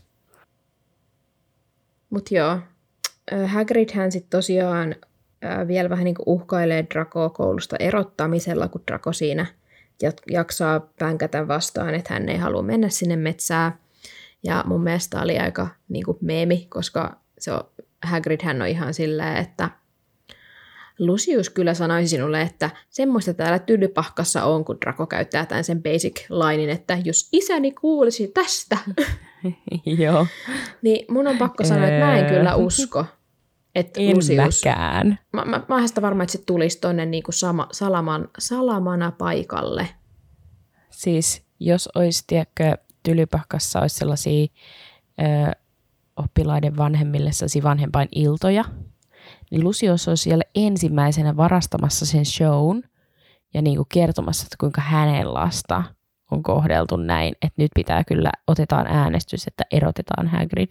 Speaker 2: Mut joo. Hagridhän sitten tosiaan vielä vähän niin kuin uhkailee Dracoa koulusta erottamisella, kun Draco siinä jaksaa pänkätä vastaan, että hän ei halua mennä sinne metsään. Ja mun mielestä oli aika niin kuin meemi, koska Hagridhän on ihan silleen, että Lucius kyllä sanoisi sinulle, että semmoista täällä Tylypahkassa on, kun Draco käyttää tämän sen basic linein, että jos isäni kuulisi tästä.
Speaker 3: Joo.
Speaker 2: Niin mun on pakko sanoa, että mä en kyllä usko. Että
Speaker 3: en
Speaker 2: Lucius,
Speaker 3: mäkään.
Speaker 2: Mä oon sitä varma, että se tulisi tonne niinku salamana paikalle.
Speaker 3: Siis jos olisi, tiedätkö, Tylypahkassa olisi sellaisia oppilaiden vanhemmille sellaisia vanhempainiltoja, niin Lucius olisi siellä ensimmäisenä varastamassa sen shown ja niinku kertomassa, että kuinka hänen lasta on kohdeltu näin, että nyt pitää kyllä, otetaan äänestys, että erotetaan Hagrid.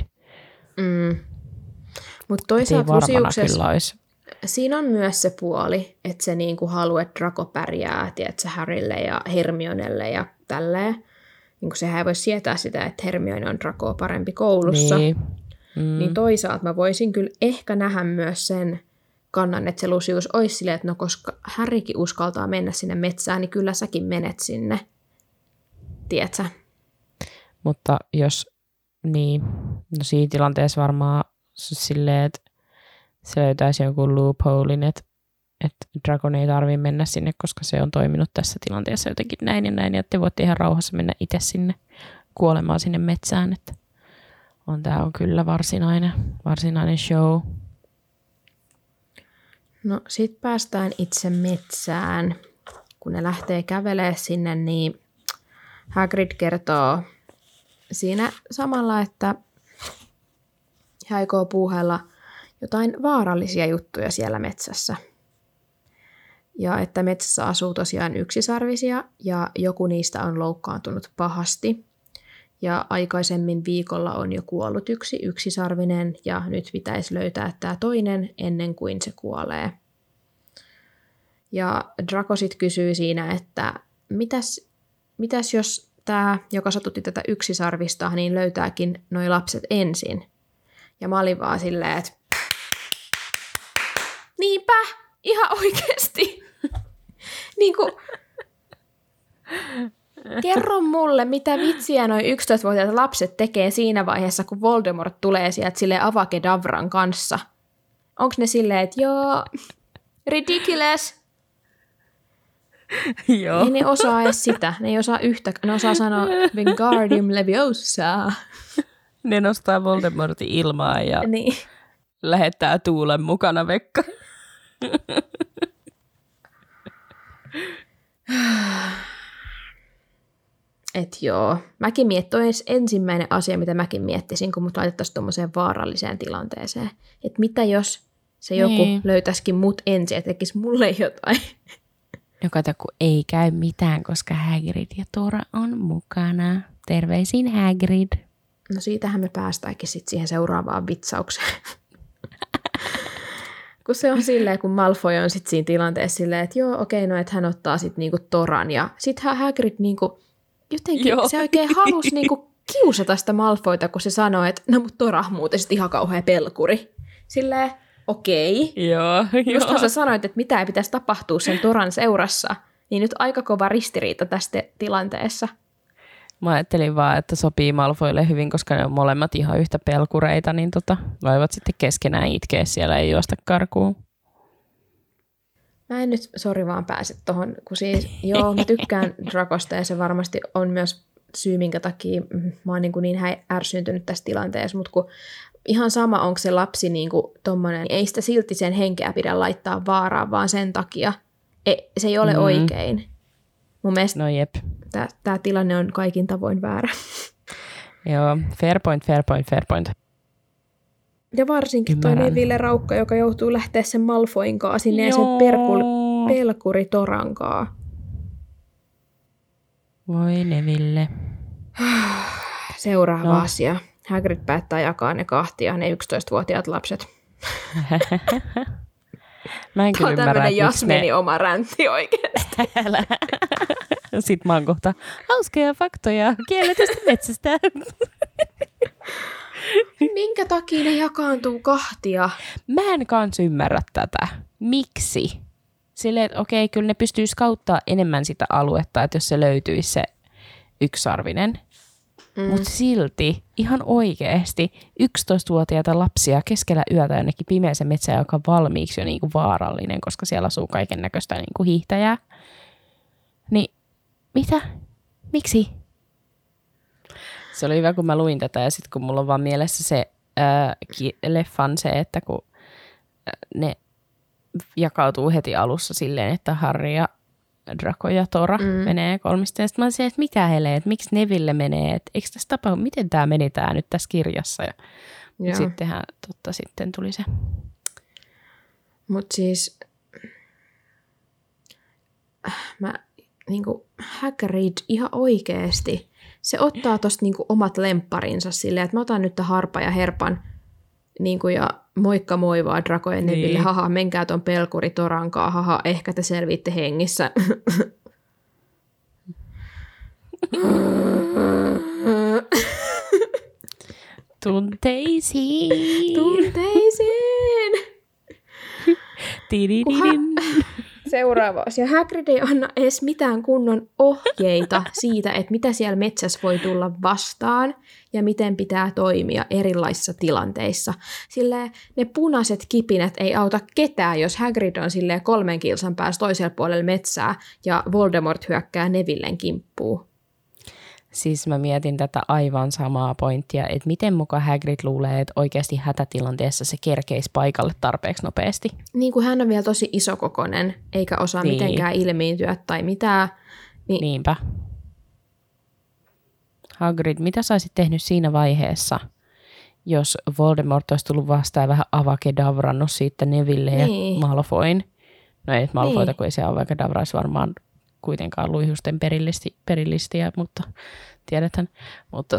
Speaker 2: Mutta toisaalta Luciuksessa siinä on myös se puoli, että se niinku haluaa, että Draco pärjää, tiedätkö, Harrylle ja Hermionelle ja tälleen. Niin sehän ei voi sietää sitä, että Hermione on Dracoa parempi koulussa. Niin toisaalta mä voisin kyllä ehkä nähdä myös sen kannan, että se Lucius olisi silleen, että no koska Harrykin uskaltaa mennä sinne metsään, niin kyllä säkin menet sinne. Tiedätkö?
Speaker 3: Mutta jos, niin, no siinä tilanteessa varmaan silleen, että se löytäisi jonkun loopholein, että Dragon ei tarvitse mennä sinne, koska se on toiminut tässä tilanteessa jotenkin näin, ja te voitte ihan rauhassa mennä itse sinne kuolemaan sinne metsään, että tämä on kyllä varsinainen show.
Speaker 2: No sit päästään itse metsään. Kun ne lähtee kävelemään sinne, niin Hagrid kertoo siinä samalla, että he aikoo puuhailla jotain vaarallisia juttuja siellä metsässä. Ja että metsässä asuu tosiaan yksisarvisia ja joku niistä on loukkaantunut pahasti. Ja aikaisemmin viikolla on jo kuollut yksi yksisarvinen ja nyt pitäisi löytää tämä toinen ennen kuin se kuolee. Ja Draco sit kysyy siinä, että mitäs jos tämä, joka satutti tätä yksisarvista, niin löytääkin noi lapset ensin. Ja mä olin vaan silleen, että niinpä, ihan oikeesti. Niinku, kerro mulle, mitä vitsiä noi 11-vuotiaat lapset tekee siinä vaiheessa, kun Voldemort tulee sieltä silleen Avada-Kedavran kanssa. Onko ne silleen, että joo, ridiculous?
Speaker 3: Joo.
Speaker 2: Ei ne osaa edes sitä. Ne ei osaa ne osaa sanoa Wingardium Leviosa.
Speaker 3: Ne nostaa Voldemortin ilmaan ja
Speaker 2: niin.
Speaker 3: lähettää tuulen mukana Vekka.
Speaker 2: Et joo. Mäkin ensimmäinen asia, mitä mäkin miettisin, kun mut laitettaisiin tuommoiseen vaaralliseen tilanteeseen. Että mitä jos se joku löytäisikin mut ensin ja tekisi mulle jotain.
Speaker 3: No kato, kun ei käy mitään, koska Hagrid ja Tora on mukana. Terveisin Hagrid.
Speaker 2: No siitähän me päästäänkin sitten siihen seuraavaan vitsaukseen. Kun se on silleen, kun Malfoy on sitten siinä tilanteessa silleen, että joo, okei, no että hän ottaa sitten niinku Toran. Ja sitten Hagrid niinku, jotenkin se oikein halusi niinku kiusata sitä Malfoyta, kun se sanoi, että no mut Tora muuten sitten ihan kauhea pelkuri. Silleen, okei.
Speaker 3: Joo.
Speaker 2: Just kun sä sanoit, että mitä ei pitäisi tapahtua sen Toran seurassa, niin nyt aika kova ristiriita tästä tilanteessa.
Speaker 3: Mä ajattelin vaan, että sopii Malfoylle hyvin, koska ne on molemmat ihan yhtä pelkureita, niin voivat sitten keskenään itkeä siellä ja juosta karkuun.
Speaker 2: Mä en nyt, sori vaan pääse tohon, kun siis, joo, mä tykkään Dracosta ja se varmasti on myös syy, minkä takia mä oon niin ärsyntynyt tässä tilanteessa, mutta kun ihan sama, onko se lapsi niin kuin tommonen, ei sitä silti sen henkeä pidä laittaa vaaraan, vaan sen takia se ei ole oikein. Mun mielestä
Speaker 3: no jep.
Speaker 2: Tämä tilanne on kaikin tavoin väärä.
Speaker 3: Joo, fair point.
Speaker 2: Ja varsinkin toi Neville Raukka, joka joutuu lähteä sen Malfoyn kaa sinne ja sen pelkuri Torankaa.
Speaker 3: Voi Neville.
Speaker 2: Seuraava asia. Hagrid päättää jakaa ne kahtia, ne 11-vuotiaat lapset.
Speaker 3: Mä en kyllä ymmärrä,
Speaker 2: tämmöinen Jasminin oma räntti oikeasti.
Speaker 3: Sitten mä oon kohta hauskoja faktoja kielletystä metsästä.
Speaker 2: Minkä takia ne jakaantuu kahtia?
Speaker 3: Mä en kans ymmärrä tätä. Miksi? Silleen, että okei, kyllä ne pystyy skauttaa enemmän sitä aluetta, että jos se löytyisi se yksisarvinen. Mutta silti, ihan oikeasti, 11-vuotiaita lapsia keskellä yötä jonnekin pimeässä metsään, joka on valmiiksi jo niinku vaarallinen, koska siellä asuu kaiken näköistä niinku hiihtäjää. Niin, mitä? Miksi? Se oli hyvä, kun mä luin tätä ja sitten kun mulla on vaan mielessä se leffan se, että kun ne jakautuu heti alussa silleen, että Harry ja Draco ja Tora menee kolmista. Ja sitten mä olisin, että mitä helee, että miksi Neville menee, että eikö tässä tapahdu, miten tämä meni tämä nyt tässä kirjassa. Mutta sittenhän sitten tuli se.
Speaker 2: Mutta siis niinku Hagrid ihan oikeasti, se ottaa tosta niinku omat lempparinsa silleen, että mä otan nyt Harpa ja Herpan niinku ja moikka moi vaan Draco ja Neville, niin. Haha, menkää ton pelkuri Torankaa, haha, ehkä te selviitte hengissä.
Speaker 3: Tunteisiin.
Speaker 2: Seuraava asia. Hagrid ei anna edes mitään kunnon ohjeita siitä, että mitä siellä metsässä voi tulla vastaan ja miten pitää toimia erilaisissa tilanteissa. Silleen ne punaiset kipinät ei auta ketään, jos Hagrid on silleen 3 kilsan päässä toisella puolella metsää ja Voldemort hyökkää Nevillen kimppuun.
Speaker 3: Siis mä mietin tätä aivan samaa pointtia, että miten muka Hagrid luulee, että oikeasti hätätilanteessa se kerkeisi paikalle tarpeeksi nopeasti.
Speaker 2: Niin kuin hän on vielä tosi isokokoinen, eikä osaa mitenkään ilmiintyä tai mitään.
Speaker 3: Niinpä. Hagrid, mitä sä olisit tehnyt siinä vaiheessa, jos Voldemort olisi tullut vastaan ja vähän avakedavrannut siitä Neville ja Malfoyn? No ei Malfoyta, kun ei se avakedavra olisi varmaan kuitenkaan luihusten perillistiä, mutta tiedetään. Mutta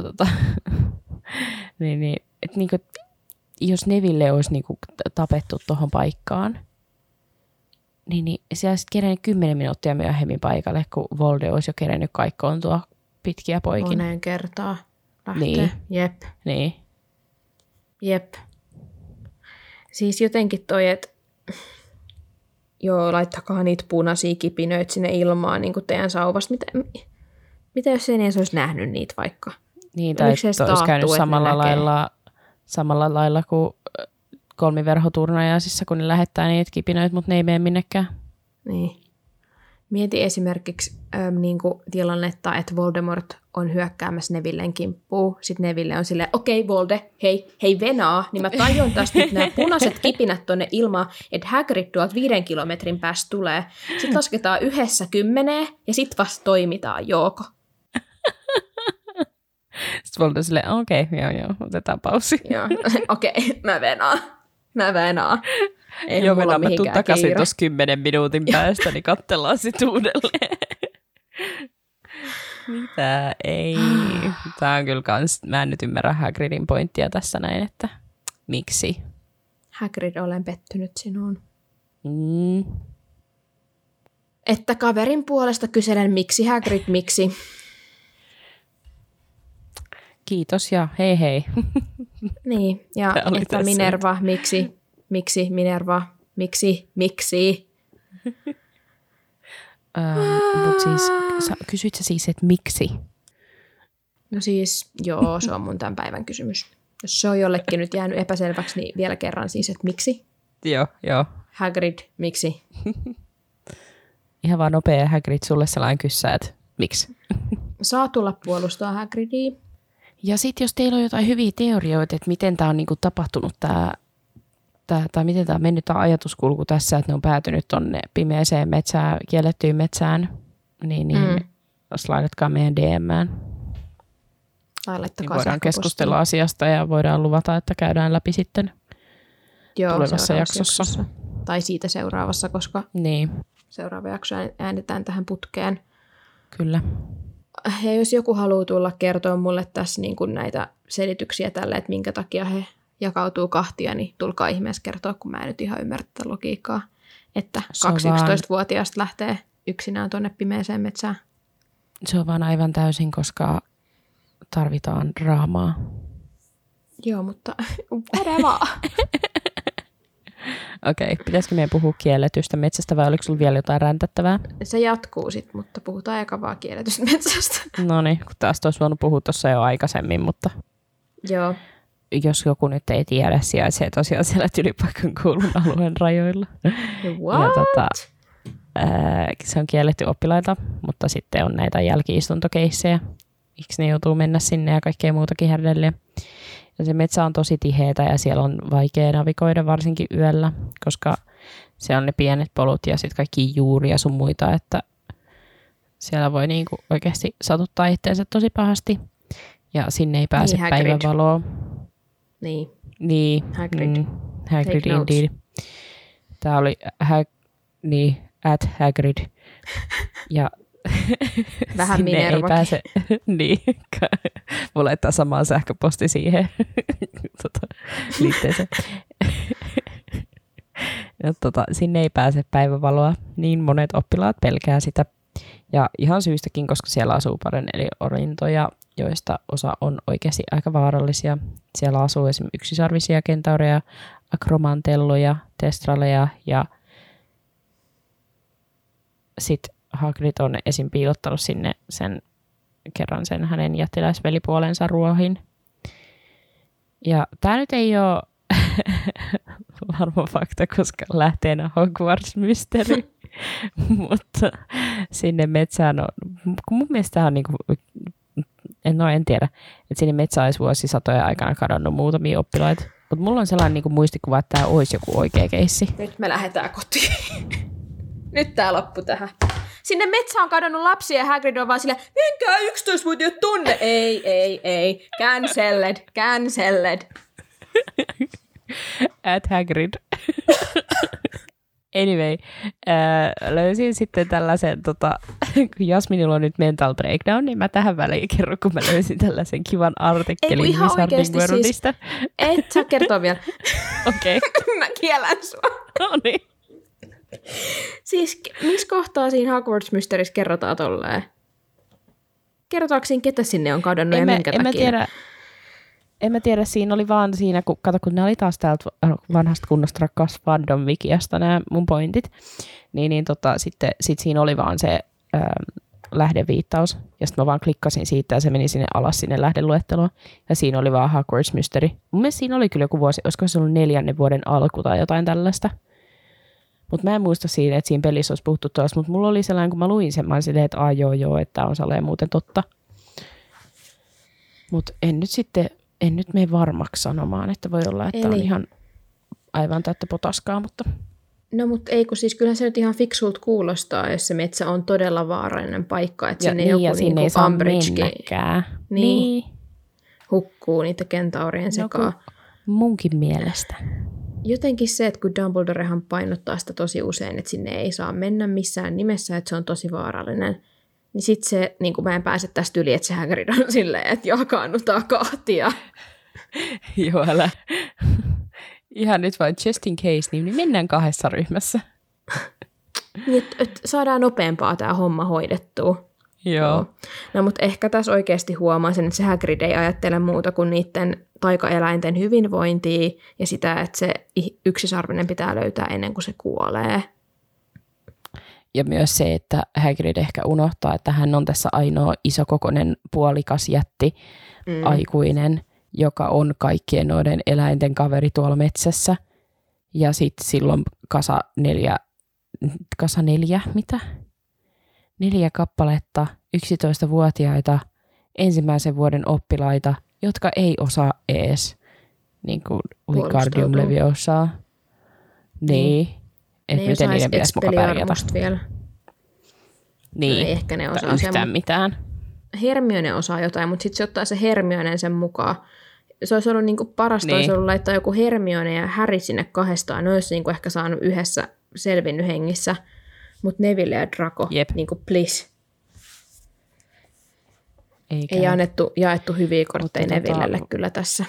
Speaker 3: niinku, jos Neville olisi niinku tapettu tuohon paikkaan, niin se olisi kerennyt 10 minuuttia myöhemmin paikalle, kun Volde olisi jo kerennyt kaikkoontua pitkiä poikin.
Speaker 2: Moneen kertaa lähtee.
Speaker 3: Niin.
Speaker 2: Jep.
Speaker 3: Niin.
Speaker 2: Jep. Siis jotenkin toi, että joo, laittakaa niitä punaisia kipinöitä sinne ilmaan niin kuin teidän sauvasta. Mitä jos ei edes olisi nähnyt niitä vaikka?
Speaker 3: Niin, tai olisi käynyt samalla lailla kuin kolmiverhoturnajaisissa, kun ne lähettää niitä kipinöitä, mutta ne ei mene minnekään.
Speaker 2: Niin. Mieti esimerkiksi niin kuin tilannetta, että Voldemort on hyökkäämässä Nevillen kimppuun. Sitten Neville on silleen, okei, Volde, hei venaa, niin mä tajuan tästä nyt nämä punaiset kipinät tonne ilmaan, että Hagrid tuolta 5 kilometrin päästä tulee. Sitten lasketaan 10 ja sitten vasta toimitaan, Jooko.
Speaker 3: Sitten Volde on silleen, okei, joo, otetaan paussi.
Speaker 2: Joo, okei, mä venaan.
Speaker 3: Joo, mä tuun takaisin tuossa 10 minuutin päästä, niin katsellaan sitten uudelleen. Mitä? Ei. Tämä on kyllä kans, mä en nyt ymmärrä Hagridin pointtia tässä näin, että miksi?
Speaker 2: Hagrid, olen pettynyt sinuun. Että kaverin puolesta kyselen, miksi Hagrid, miksi?
Speaker 3: Kiitos ja hei.
Speaker 2: Niin, ja että Minerva, miksi Minerva, miksi?
Speaker 3: Mutta siis, kysyit sä siis, että miksi?
Speaker 2: No siis, joo, se on mun tämän päivän kysymys. Jos se on jollekin nyt jäänyt epäselväksi, niin vielä kerran siis, että miksi?
Speaker 3: Joo.
Speaker 2: Hagrid, miksi?
Speaker 3: Ihan vaan nopea Hagrid, sulle sellainen kyssä, että miksi?
Speaker 2: Saa tulla puolustaa Hagridia.
Speaker 3: Ja sitten jos teillä on jotain hyviä teorioita, että miten tämä on niinku tapahtunut tai miten tämä on mennyt tämä ajatuskulku tässä, että ne on päätynyt tuonne pimeäseen metsään, kiellettyyn metsään, niin slaidatkaa meidän DM:ään. Niin voidaan keskustella asiasta ja voidaan luvata, että käydään läpi sitten tulevassa jaksossa.
Speaker 2: Tai siitä seuraavassa, koska seuraava jakso äänetään tähän putkeen.
Speaker 3: Kyllä.
Speaker 2: Ja jos joku haluaa tulla kertoa mulle tässä niin kuin näitä selityksiä tälle, että minkä takia he jakautuu kahtia, niin tulkaa ihmeessä kertoa, kun mä en nyt ihan ymmärrä tätä logiikkaa, että 2 11-vuotiaasta lähtee yksinään tuonne pimeäseen metsään.
Speaker 3: Se on vaan aivan täysin, koska tarvitaan draamaa.
Speaker 2: Joo, mutta whatever.
Speaker 3: Okei, pitäisikö meidän puhua kielletystä metsästä vai oliko sulla vielä jotain räntättävää?
Speaker 2: Se jatkuu sitten, mutta puhutaan eka vaan kielletystä metsästä.
Speaker 3: No niin, kun taas olisi voinut puhua tuossa jo aikaisemmin, mutta
Speaker 2: joo.
Speaker 3: Jos joku nyt ei tiedä, sijaitsee tosiaan siellä Tylypaikan koulun alueen rajoilla.
Speaker 2: What?
Speaker 3: Ja se on kielletty oppilaita, mutta sitten on näitä jälki-istuntokeissejä. Miksi ne joutuu mennä sinne ja kaikkea muutakin härdelleen. Ja se metsä on tosi tiheätä ja siellä on vaikea navigoida varsinkin yöllä, koska siellä on ne pienet polut ja sitten kaikki juuria sun muita, että siellä voi niinku oikeasti satuttaa itseensä tosi pahasti. Ja sinne ei pääse päivänvaloa.
Speaker 2: Niin. Hagrid.
Speaker 3: Hagrid indeed. Tämä oli @Hagrid. Ja
Speaker 2: vähän
Speaker 3: sinne ei pääse. Niin, voi laittaa samaan sähköposti siihen liitteeseen. Ja sinne ei pääse päivänvaloa. Niin monet oppilaat pelkää sitä. Ja ihan syystäkin, koska siellä asuu paljon eli orintoja, joista osa on oikeasti aika vaarallisia. Siellä asuu esimerkiksi yksisarvisia kentaureja, akromantelloja, testraleja ja sitten Hagrid on esim. Piilottanut sinne kerran sen hänen jättiläisvelipuolensa ruohin. Ja tämä nyt ei ole varma fakta, koska lähteenä Hogwarts-mystery. Mutta sinne metsään on, mun mielestä on niinku, en tiedä, että sinne metsään olisi vuosisatojen aikana kadonnut muutamia oppilaita. Mutta mulla on sellainen niinku muistikuva, että tämä olisi joku oikea keissi.
Speaker 2: Nyt me lähdetään kotiin. Nyt tää loppu tähän. Sinne metsään on kadonnut lapsia ja Hagrid on vaan silleen, menkää 11-vuotiaat tunne. Ei. Cancelled.
Speaker 3: @Hagrid. Anyway, löysin sitten tällaisen, kun Jasminilla on nyt mental breakdown, niin mä tähän väliin kerron, kun mä löysin tällaisen kivan artikkelin Wizarding Worldista.
Speaker 2: Siis, et saa kertoa vielä.
Speaker 3: Okei.
Speaker 2: Mä kiellän sua.
Speaker 3: No niin.
Speaker 2: Siis missä kohtaa siinä Hogwarts-mysterissä kerrotaan tolleen? Kerrotaanko siinä, ketä sinne on kadonnut ja minkä takia?
Speaker 3: En mä tiedä, siinä oli vaan siinä, kun ne oli taas täältä vanhasta kunnosta rakkaasta fandom-wikiasta nämä mun pointit, sitten siinä oli vaan se lähdeviittaus, ja sitten mä vaan klikkasin siitä ja se meni sinne alas sinne lähdeluetteloon, ja siinä oli vaan Hogwarts Mystery. Mun mielestä siinä oli kyllä joku vuosi, olisiko se ollut 4. vuoden alku tai jotain tällaista. Mutta mä en muista siitä, että siinä pelissä olisi puhuttu tuossa, mutta mulla oli sellainen, kun mä luin sen, mä olin silleen, että joo, että tämä on saleen muuten totta. Mutta en nyt mene varmaksi sanomaan, että voi olla, että on ihan aivan täyttä potaskaa, mutta...
Speaker 2: No mutta ei, kun siis kyllähän se nyt ihan fiksulta kuulostaa, jos se metsä on todella vaarallinen paikka, että sinne joku
Speaker 3: sinne ei saa mennäkään.
Speaker 2: Niin. Hukkuu niitä kentaurien sekaan.
Speaker 3: Munkin mielestä.
Speaker 2: Jotenkin se, että kun Dumbledorehan painottaa sitä tosi usein, että sinne ei saa mennä missään nimessä, että se on tosi vaarallinen, niin sitten se, niin kuin mä en pääse tästä yli, että se Hagrid on silleen, että jakaannutaan kahtia.
Speaker 3: Joo, älä. Ihan nyt vain just in case, niin mennään 2 ryhmässä.
Speaker 2: Niin, että saadaan nopeampaa tämä homma hoidettua.
Speaker 3: Joo.
Speaker 2: No, mutta ehkä tässä oikeasti huomaa sen, että se Hagrid ei ajattele muuta kuin niiden taikaeläinten hyvinvointia ja sitä, että se yksisarvinen pitää löytää ennen kuin se kuolee.
Speaker 3: Ja myös se, että Hagrid ehkä unohtaa, että hän on tässä ainoa isokokoinen puolikas jätti, aikuinen, joka on kaikkien noiden eläinten kaveri tuolla metsässä. Ja sitten silloin kasa 4 kappaletta 11-vuotiaita ensimmäisen vuoden oppilaita, jotka ei osaa ees niin kuin Wingardium Leviosaa. Niin. Että miten niiden pitäisi muka pärjätä.
Speaker 2: Vielä.
Speaker 3: Niin.
Speaker 2: No ei ehkä ne osaa
Speaker 3: yhtään mitään.
Speaker 2: Hermione osaa jotain, mutta sitten se ottaa se Hermionen sen mukaan. Se olisi ollut niinku parasta, olisi ollut laittaa joku Hermione ja Harry sinne 2. Ne olisi niinku ehkä saanut yhdessä selvinnyt hengissä. Mutta Neville ja Draco, niinku please. Ei jaettu hyviä kortteja Nevillelle kyllä tässä.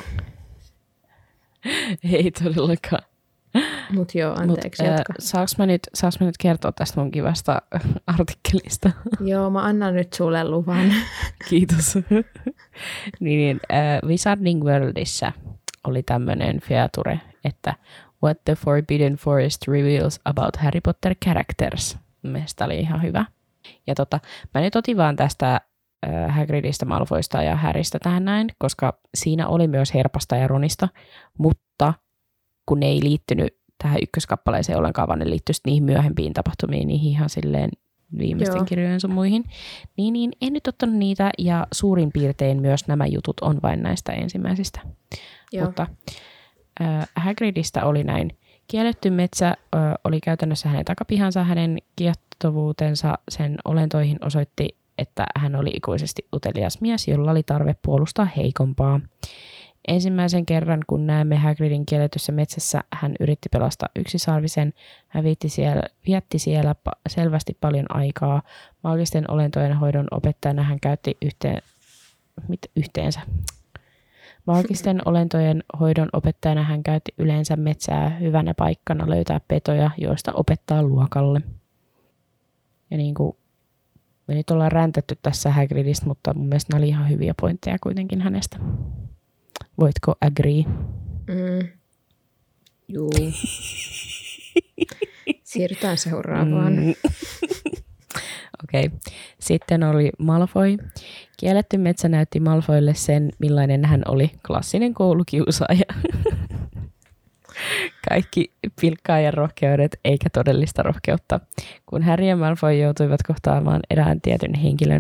Speaker 3: Ei todellakaan.
Speaker 2: Mutta joo, anteeksi, jatka.
Speaker 3: Saanko mä nyt kertoa tästä mun kivasta artikkelista?
Speaker 2: Joo, mä annan nyt sulle luvan.
Speaker 3: Kiitos. Wizarding Worldissa oli tämmöinen feature, että What the Forbidden Forest reveals about Harry Potter characters. Mielestäni oli ihan hyvä. Ja mä nyt otin vaan tästä Hagridista, Malfoysta ja Harrystä tähän näin, koska siinä oli myös Herpasta ja Ronista, mutta kun ne ei liittynyt tähän ykköskappaleeseen ollenkaan, vaan ne liittyivät niihin myöhempiin tapahtumiin, niihin ihan silleen viimeisten kirjojen sun muihin, niin en nyt ottanut niitä, ja suurin piirtein myös nämä jutut on vain näistä ensimmäisistä. Joo. Mutta Hagridista oli näin. Kielletty metsä oli käytännössä hänen takapihansa, hänen kiehtovuutensa sen olentoihin osoitti, että hän oli ikuisesti utelias mies, jolla oli tarve puolustaa heikompaa. Ensimmäisen kerran, kun näemme Hagridin kielletyssä metsässä, hän yritti pelastaa yksisarvisen. Hän vietti siellä selvästi paljon aikaa. Maagisten olentojen hoidon opettajana hän käytti Maagisten olentojen hoidon opettajana hän käytti yleensä metsää hyvänä paikkana löytää petoja, joista opettaa luokalle. Ja niin kuin me nyt ollaan räntetty tässä Hagridista, mutta mun mielestä nämä oli ihan hyviä pointteja kuitenkin hänestä. Voitko agree?
Speaker 2: Juu. Siirrytään seuraavaan.
Speaker 3: Okei. Sitten oli Malfoy. Kielletty metsä näytti Malfoylle sen, millainen hän oli. Klassinen koulukiusaaja. Kaikki pilkkaajan rohkeudet eikä todellista rohkeutta. Kun Harry ja Malfoy joutuivat kohtaamaan erään tietyn henkilön,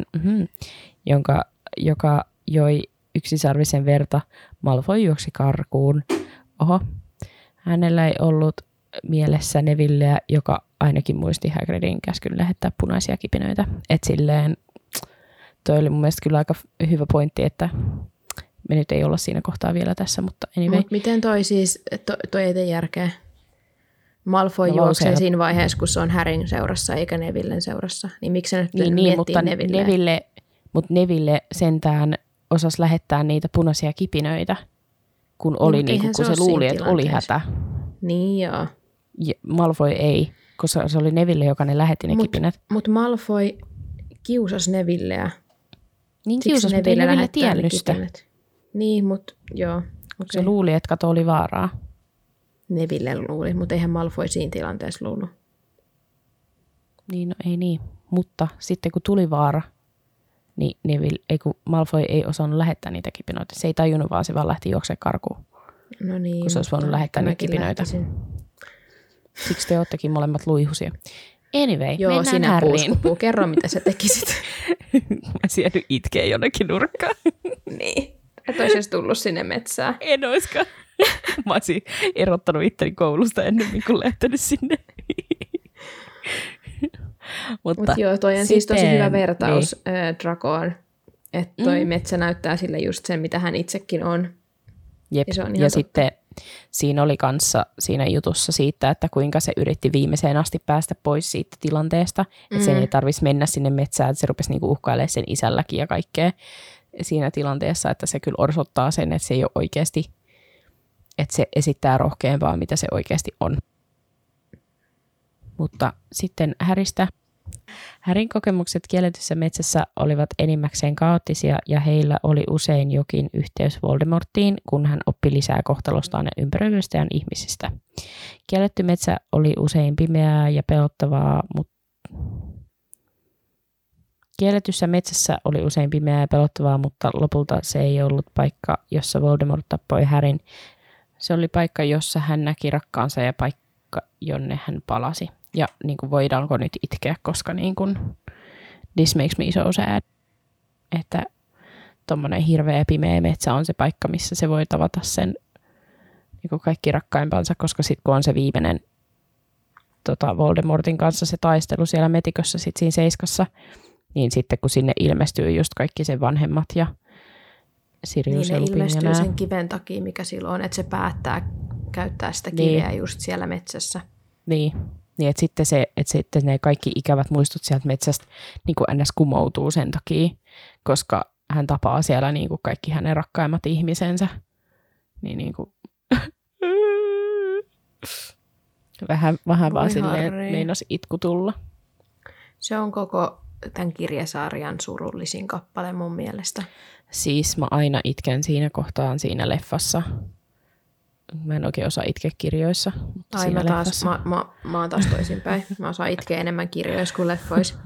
Speaker 3: joka joi yksisarvisen verta, Malfoy juoksi karkuun. Oho, hänellä ei ollut mielessä Nevilleä, joka ainakin muisti Hagridin käskyn lähettää punaisia kipinöitä. Et silleen, toi oli mun mielestä kyllä aika hyvä pointti, että me nyt ei olla siinä kohtaa vielä tässä, mutta anyway.
Speaker 2: Miten toi siis, toi ei tee järkeä? Malfoy juoksee siinä vaiheessa, kun se on Harryn seurassa eikä Nevillen seurassa. Niin miksi se nyt miettii
Speaker 3: mutta Neville sentään osasi lähettää niitä punaisia kipinöitä, kun se luuli, että oli hätä.
Speaker 2: Niin joo.
Speaker 3: Ja Malfoy ei, koska se oli Neville, joka ne lähetti ne kipinät.
Speaker 2: Mutta Malfoy kiusasi Nevilleä.
Speaker 3: Niin kiusasi, mutta ei Neville tiennyt sitä.
Speaker 2: Niin, mutta joo. Okay.
Speaker 3: Se luuli, että kato oli vaaraa.
Speaker 2: Neville luuli, mutta eihän Malfoy siinä tilanteessa luullut.
Speaker 3: Niin, no ei niin. Mutta sitten kun tuli vaara, niin Malfoy ei osannut lähettää niitä kipinöitä. Se ei tajunnut, vaan se vaan lähti juoksemaan karkuun.
Speaker 2: No niin.
Speaker 3: Kun se olisi voinut lähettää niitä kipinöitä. Siksi te oottekin molemmat luihusia. Anyway,
Speaker 2: Joo,
Speaker 3: mennään
Speaker 2: sinä
Speaker 3: Harryin.
Speaker 2: puuskupu. Kerro, mitä sä tekisit.
Speaker 3: Mä siedyn itkee jonnekin nurkkaan.
Speaker 2: Niin. Et olisi edes tullut sinne metsään.
Speaker 3: En oiskaan. Mä olisin erottanut itteni koulusta ennemmin kuin lähtenyt sinne.
Speaker 2: Mutta joo, toi on siis tosi hyvä vertaus
Speaker 3: niin.
Speaker 2: Dragoon. Että toi metsä näyttää sille just sen, mitä hän itsekin on.
Speaker 3: Jep. Ja sitten siinä oli kanssa siinä jutussa siitä, että kuinka se yritti viimeiseen asti päästä pois siitä tilanteesta. Että sen ei tarvitsisi mennä sinne metsään, että se rupesi niinku uhkailemaan sen isälläkin ja kaikkea siinä tilanteessa, että se kyllä osoittaa sen, että se ei ole oikeasti, että se esittää rohkeampaa, mitä se oikeasti on. Mutta sitten Harrystä. Harryn kokemukset kielletyssä metsässä olivat enimmäkseen kaoottisia ja heillä oli usein jokin yhteys Voldemorttiin, kun hän oppi lisää kohtalostaan ja ympäröivistään ihmisistä. Kielletty metsä oli usein pimeää ja pelottavaa, Kielletyssä metsässä oli usein pimeää ja pelottavaa, mutta lopulta se ei ollut paikka, jossa Voldemort tappoi Harryn. Se oli paikka, jossa hän näki rakkaansa ja paikka, jonne hän palasi. Ja niin kuin voidaanko nyt itkeä, koska niin kuin, this makes me so sad, että tommonen hirveä pimeä metsä on se paikka, missä se voi tavata sen niin kuin kaikki rakkaimpansa, koska sitten kun on se viimeinen Voldemortin kanssa se taistelu siellä metikössä sit siinä seiskassa, niin sitten kun sinne ilmestyy just kaikki sen vanhemmat ja Sirius ja
Speaker 2: Lupin
Speaker 3: ja
Speaker 2: ilmestyy
Speaker 3: nää.
Speaker 2: sen kiven takia, mikä silloin on, että se päättää käyttää sitä kiveä just siellä metsässä.
Speaker 3: Niin, että sitten ne kaikki ikävät muistut sieltä metsästä niin kuin ns. Kumoutuu sen takia, koska hän tapaa siellä niin kuin kaikki hänen rakkaimmat ihmisensä. Niin kuin vähän vaan silleen meinasi itku tulla.
Speaker 2: Se on koko tämän kirjasarjan surullisin kappale mun mielestä.
Speaker 3: Siis mä aina itken siinä kohtaan siinä leffassa. Mä en oikein osaa itkeä kirjoissa.
Speaker 2: Ai mä oon taas toisinpäin. Mä osaan itkeä enemmän kirjoissa kuin leffoissa.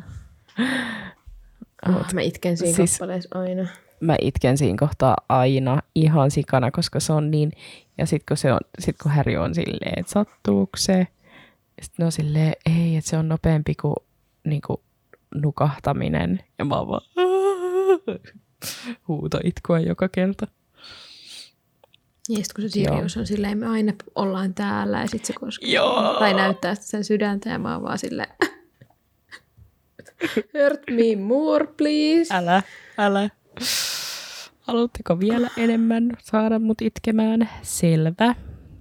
Speaker 2: Mä itken siinä kappaleessa aina. Mä
Speaker 3: itken siinä kohtaa aina ihan sikana, koska se on niin. Ja sitten kun Harry on silleen, että sattuuko se? Sitten on silleen, ei, että se on nopeampi kuin niinku nukahtaminen. Ja mä oon vaan huuta itkua joka kerta.
Speaker 2: Ja sitten kun se Sirius on silleen, me aina ollaan täällä ja sitten se koskee. Tai näyttää sen sydäntä ja mä oon vaan silleen, hurt me more, please.
Speaker 3: Älä. Haluatteko vielä enemmän saada mut itkemään? Selvä.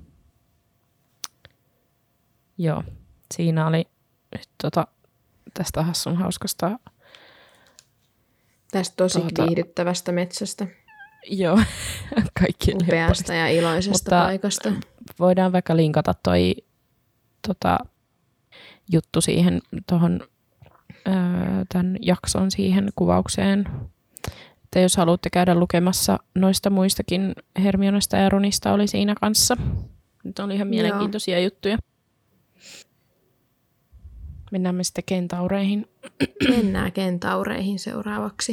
Speaker 3: Joo, siinä oli tästä hassun hauskasta.
Speaker 2: Tästä tosi viihdyttävästä metsästä.
Speaker 3: Joo, kaikki
Speaker 2: upeasta ja iloisesta paikasta.
Speaker 3: Voidaan vaikka linkata toi juttu siihen tuohon tämän jakson siihen kuvaukseen. Että jos haluatte käydä lukemassa noista muistakin, Hermionesta ja Ronista oli siinä kanssa. Nyt oli ihan mielenkiintoisia juttuja. Mennään me sitten kentaureihin.
Speaker 2: Mennään kentaureihin seuraavaksi.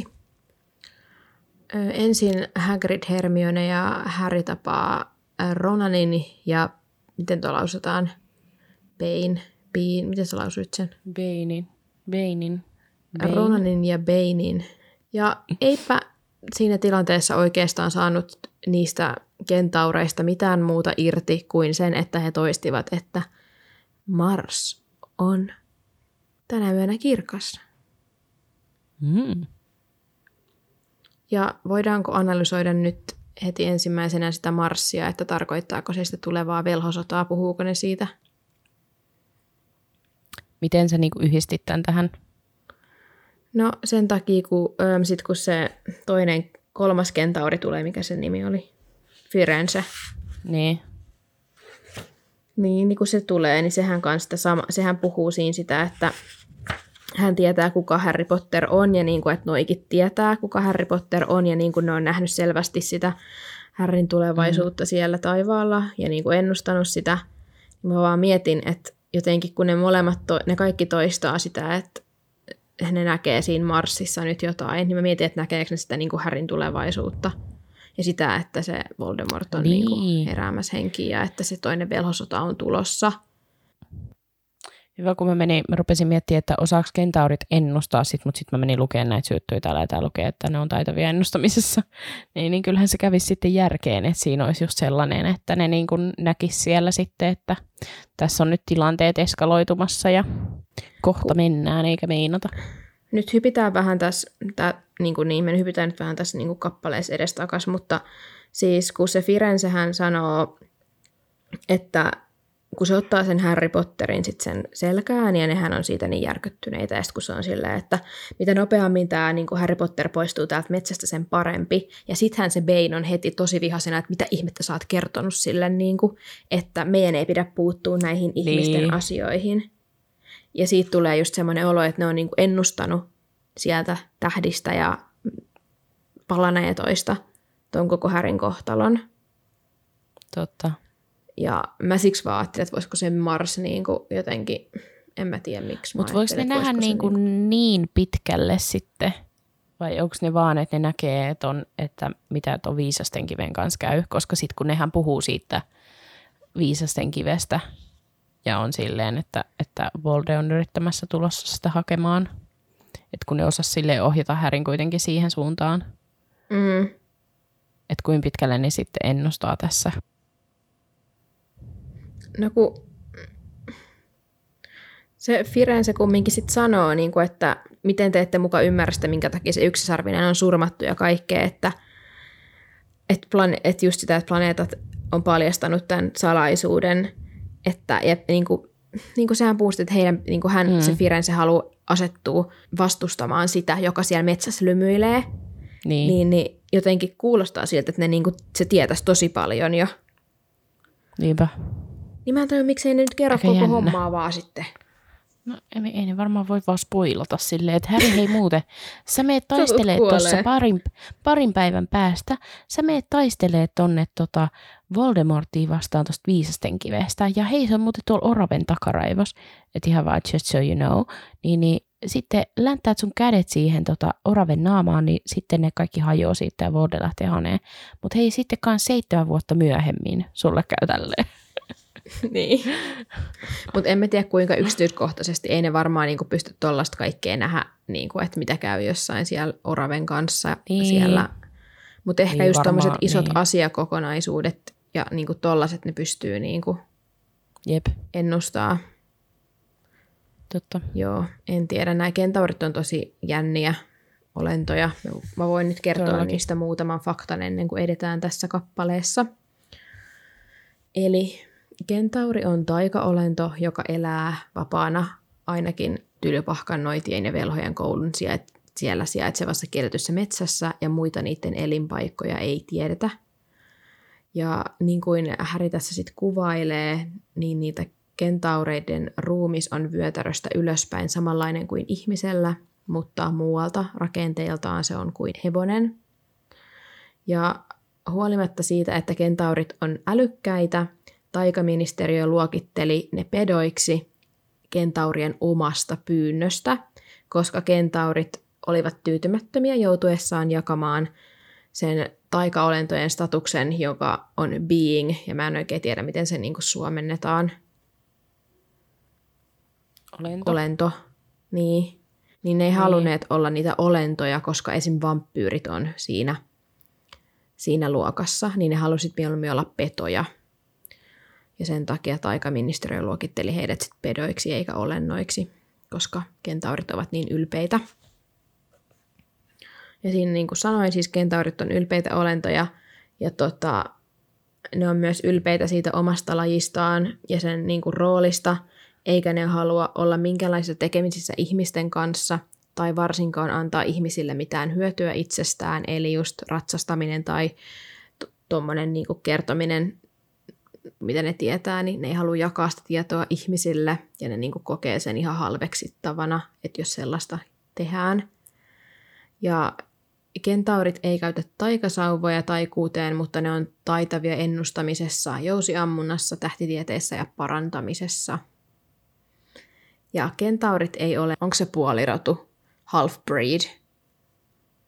Speaker 2: Ensin Hagrid, Hermione ja Harry tapaa Ronanin ja, miten tuo lausutaan? Bein. Miten sä lausuit sen?
Speaker 3: Bainin.
Speaker 2: Ronanin ja Bainin. Ja eipä siinä tilanteessa oikeastaan saanut niistä kentaureista mitään muuta irti kuin sen, että he toistivat, että Mars on tänä yönä kirkas. Ja voidaanko analysoida nyt heti ensimmäisenä sitä Marsia, että tarkoittaako se sitä tulevaa velhosotaa, puhuuko ne siitä?
Speaker 3: Miten sä niinku yhdistit tämän tähän?
Speaker 2: No sen takia, kun se kolmas kentauri tulee, mikä sen nimi oli? Firenze.
Speaker 3: Niin.
Speaker 2: Niin kun se tulee, niin sehän puhuu siinä sitä, että hän tietää, kuka Harry Potter on, ja niin kuin, että noikin tietää, kuka Harry Potter on, ja niin kuin ne on nähnyt selvästi sitä Harryn tulevaisuutta siellä taivaalla, ja niin kuin ennustanut sitä. Mä vaan mietin, että jotenkin kun ne molemmat, ne kaikki toistaa sitä, että ne näkee siinä Marsissa nyt jotain, niin mä mietin, että näkeekö ne sitä niin kuin Harryn tulevaisuutta. Ja sitä, että se Voldemort on niin kuin heräämässä henkiin, ja että se toinen velhosota on tulossa.
Speaker 3: Hyvä, kun mä rupesin miettimään, että osaako kentaurit ennustaa, mutta sitten mä menin lukemaan näitä syöttöjä täällä ja tää lukee, että ne on taitavia ennustamisessa. Niin kyllähän se kävisi sitten järkeen, että siinä olisi just sellainen, että ne niin kuin näkisi siellä sitten, että tässä on nyt tilanteet eskaloitumassa ja kohta mennään eikä meinata.
Speaker 2: Nyt hypitään vähän tässä, me hypitään nyt vähän tässä niin kuin kappaleessa edestakas, mutta siis kun se Firenzehän sanoo, että kun se ottaa sen Harry Potterin sit sen selkään, ja nehän on siitä niin järkyttyneitä, ja kun se on silleen, että mitä nopeammin tämä niin Harry Potter poistuu täältä metsästä, sen parempi. Ja sittenhän se Bane on heti tosi vihasena, että mitä ihmettä sä oot kertonut sille, niin kuin, että meidän ei pidä puuttua näihin ihmisten asioihin. Ja siitä tulee just semmoinen olo, että ne on niin kuin ennustanut sieltä tähdistä ja planeetoista ton koko Harryn kohtalon.
Speaker 3: Totta.
Speaker 2: Ja mä siksi vaan ajattelin, että voisiko se Mars niin kuin jotenkin, en mä tiedä miksi.
Speaker 3: Mutta voiko ne nähdä niin pitkälle sitten? Vai onko ne vaan, että ne näkee, että mitä tuon viisasten kiven kanssa käy? Koska sitten kun nehän puhuu siitä viisasten kivestä ja on silleen, että Volde on yrittämässä tulossa sitä hakemaan. Että kun ne osas silleen ohjata Harryn kuitenkin siihen suuntaan. Että kuinka pitkälle ne sitten ennustaa tässä.
Speaker 2: No kun se Firenze kumminkin sitten sanoo, niin kuin, että miten te ette muka ymmärrä sitä, minkä takia se yksisarvinen on surmattu ja kaikkea, että just sitä, että planeetat on paljastanut tämän salaisuuden, että ja niin kuin sehän puhusti, että niin kuin se Firenze haluaa asettua vastustamaan sitä, joka siellä metsässä lymyilee, niin jotenkin kuulostaa siltä, että ne niin kuin, se tietäisi tosi paljon jo.
Speaker 3: Niinpä.
Speaker 2: Niin mä en tajua, miksei ne nyt kerro koko hommaa vaan sitten.
Speaker 3: No ei ne varmaan voi vaan spoilata silleen, että Harry hei muuten, sä meet taistelee tuossa parin päivän päästä, sä meet taistelee tonne Voldemortia vastaan tosta viisasten kivestä, ja hei se on muuten tuolla Oraven takaraivos, että ihan vaan just so you know, niin sitten länttäät sun kädet siihen Oraven naamaan, niin sitten ne kaikki hajoaa siitä ja Volde lähtee haneen. Mutta hei sittenkaan 7 vuotta myöhemmin sulle käy tälleen.
Speaker 2: Niin. Mutta emme tiedä kuinka yksityiskohtaisesti. Ei ne varmaan niinku pysty tollaista kaikkea nähdä, niinku, että mitä käy jossain siellä Oraven kanssa. Siellä. Mutta ehkä just tommoset isot asiakokonaisuudet ja niinku tollaset ne pystyy niinku ennustaa.
Speaker 3: Totta.
Speaker 2: Joo, en tiedä. Nämä kentaurit on tosi jänniä olentoja. Mä voin nyt kertoa niistä muutaman faktan ennen kuin edetään tässä kappaleessa. Eli kentauri on taikaolento, joka elää vapaana ainakin Tylypahkan, Noitien ja Velhojen koulun siellä sijaitsevassa kielletyssä metsässä, ja muita niiden elinpaikkoja ei tiedetä. Ja niin kuin Harry tässä sitten kuvailee, niin niitä kentaureiden ruumis on vyötäröstä ylöspäin samanlainen kuin ihmisellä, mutta muualta rakenteeltaan se on kuin hevonen. Ja huolimatta siitä, että kentaurit on älykkäitä, taikaministeriö luokitteli ne pedoiksi kentaurien omasta pyynnöstä, koska kentaurit olivat tyytymättömiä joutuessaan jakamaan sen taikaolentojen statuksen, joka on being, ja mä en oikein tiedä, miten se niinku suomennetaan. Olento. Niin ne ei halunneet olla niitä olentoja, koska esim. Vampyyrit on siinä luokassa, niin ne halusivat mieluummin olla petoja. Ja sen takia taikaministeriö luokitteli heidät sit pedoiksi eikä olennoiksi, koska kentaurit ovat niin ylpeitä. Ja siinä niin kuin sanoin, siis kentaurit on ylpeitä olentoja, ja ne on myös ylpeitä siitä omasta lajistaan ja sen niin kuin roolista, eikä ne halua olla minkälaisissa tekemisissä ihmisten kanssa, tai varsinkaan antaa ihmisille mitään hyötyä itsestään, eli just ratsastaminen tai tuommoinen niin kuin kertominen, mitä ne tietää, niin ne ei halua jakaa sitä tietoa ihmisille, ja ne niin kuin kokee sen ihan halveksittavana, että jos sellaista tehdään. Ja kentaurit ei käytä taikasauvoja taikuuteen, mutta ne on taitavia ennustamisessa, jousiammunnassa, tähtitieteessä ja parantamisessa. Ja kentaurit ei ole, onko se puolirotu, half-breed?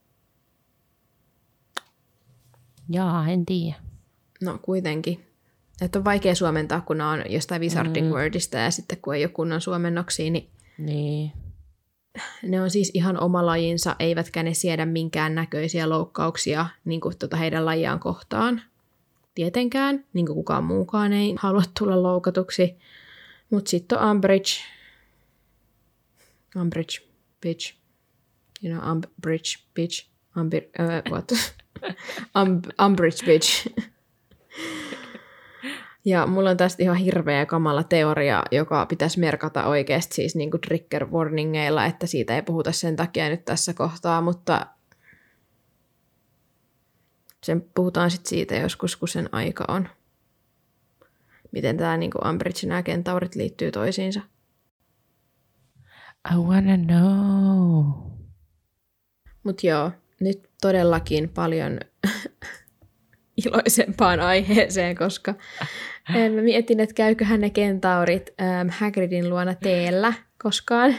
Speaker 3: Jaa, en tiedä.
Speaker 2: No kuitenkin. Että on vaikea suomentaa, kun on jostain Wizarding Worldista ja sitten kun ei ole kunnon suomennoksia,
Speaker 3: Niin.
Speaker 2: Ne on siis ihan oma lajinsa, eivätkä ne siedä minkään näköisiä loukkauksia niin kuin heidän lajiaan kohtaan. Tietenkään, niin kuin kukaan muukaan ei halua tulla loukatuksi. Mutta sitten on Umbridge, bitch. You know, Umbridge, bitch. What? Umbridge, bitch. Ja mulla on tästä ihan hirveä kamala teoria, joka pitäisi merkata oikeasti siis niinku trigger warningeilla, että siitä ei puhuta sen takia nyt tässä kohtaa, mutta sen puhutaan sitten siitä joskus, kun sen aika on. Miten tämä niinku Umbridge ja nämä kentaurit liittyy toisiinsa.
Speaker 3: I wanna know.
Speaker 2: Mut joo, nyt todellakin paljon iloisempaan aiheeseen, koska mä mietin, että käyköhän ne kentaurit Hagridin luona teellä koskaan.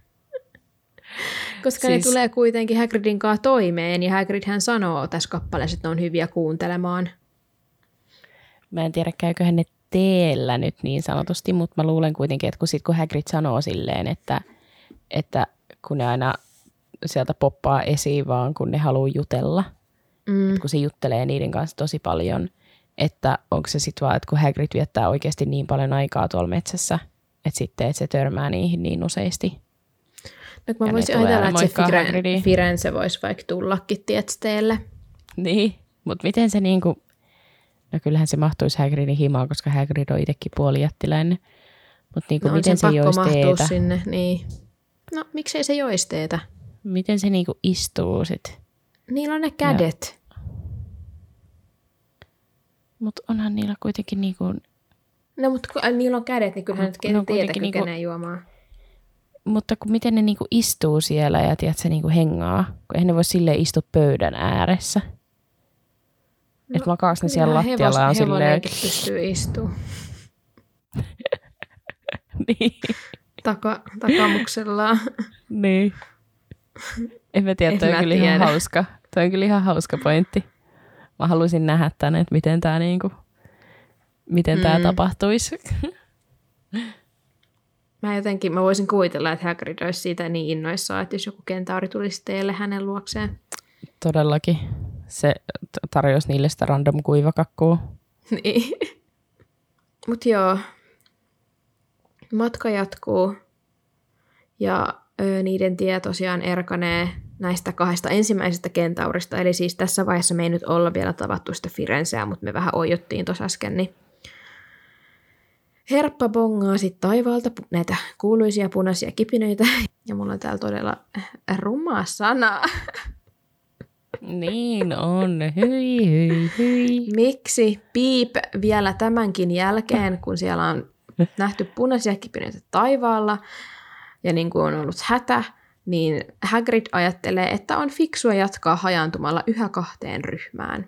Speaker 2: Koska siis ne tulee kuitenkin Hagridin kanssa toimeen, ja Hagridhän sanoo tässä kappaleessa, että ne on hyviä kuuntelemaan.
Speaker 3: Mä en tiedä, käyköhän ne teellä nyt niin sanotusti, mutta mä luulen kuitenkin, että kun Hagrid sanoo silleen, että kun ne aina sieltä poppaa esiin vaan, kun ne haluaa jutella, että kun se juttelee niiden kanssa tosi paljon, että onko se sitten vaan, että kun Hagrid viettää oikeasti niin paljon aikaa tuolla metsässä, että sitten että se törmää niihin niin useasti.
Speaker 2: No kun mä voisin ajatella, että se Firenze voisi vaikka tullakin tietsteelle.
Speaker 3: Niin, mutta miten se niinku, no kyllähän se mahtuisi Hagridin himaan, koska Hagrid on itsekin puolijättiläinen. Mutta niinku, no miten se joisi teetä?
Speaker 2: Sinne, niin. No miksei se joisi teetä?
Speaker 3: Miten se niinku istuu sit?
Speaker 2: Niillä on ne kädet.
Speaker 3: Mutta onhan niillä kuitenkin niinku...
Speaker 2: No mutta kun niillä on kädet, niin kyllähän nyt teetä kykenee juomaan.
Speaker 3: Mutta miten ne niinku istuu siellä ja tiedät, se niinku hengaa, kun eihän ne voi silleen istua pöydän ääressä. No, että makaaks ne siellä lattialla on silleen...
Speaker 2: Hevonenkin pystyy istumaan.
Speaker 3: Niin.
Speaker 2: Takamuksellaan.
Speaker 3: Niin. En mä tiedä, toi on kyllä ihan hauska. Toi on kyllä ihan hauska pointti. Mä haluaisin nähdä tänne, että miten tää niinku... Miten tää tapahtuisi.
Speaker 2: Mä voisin kuvitella, että Hagrid olisi siitä niin innoissaan, että jos joku kentauri tulisi teille hänen luokseen.
Speaker 3: Todellakin. Se tarjosi niille sitä random kuivakakkua.
Speaker 2: Niin. Mut joo. Matka jatkuu. Ja niiden tie tosiaan erkanee näistä 2 ensimmäisestä kentaurista. Eli siis tässä vaiheessa me ei nyt olla vielä tavattu sitä Firenzeä, mutta me vähän oijottiin tuossa äsken, niin Herppa bongaa sitten taivaalta näitä kuuluisia punaisia kipinöitä. Ja mulla on täällä todella ruma sana.
Speaker 3: Niin on. Hyi.
Speaker 2: Miksi piip vielä tämänkin jälkeen, kun siellä on nähty punaisia kipinöitä taivaalla ja niin kuin on ollut hätä, niin Hagrid ajattelee, että on fiksua jatkaa hajaantumalla yhä 2 ryhmään.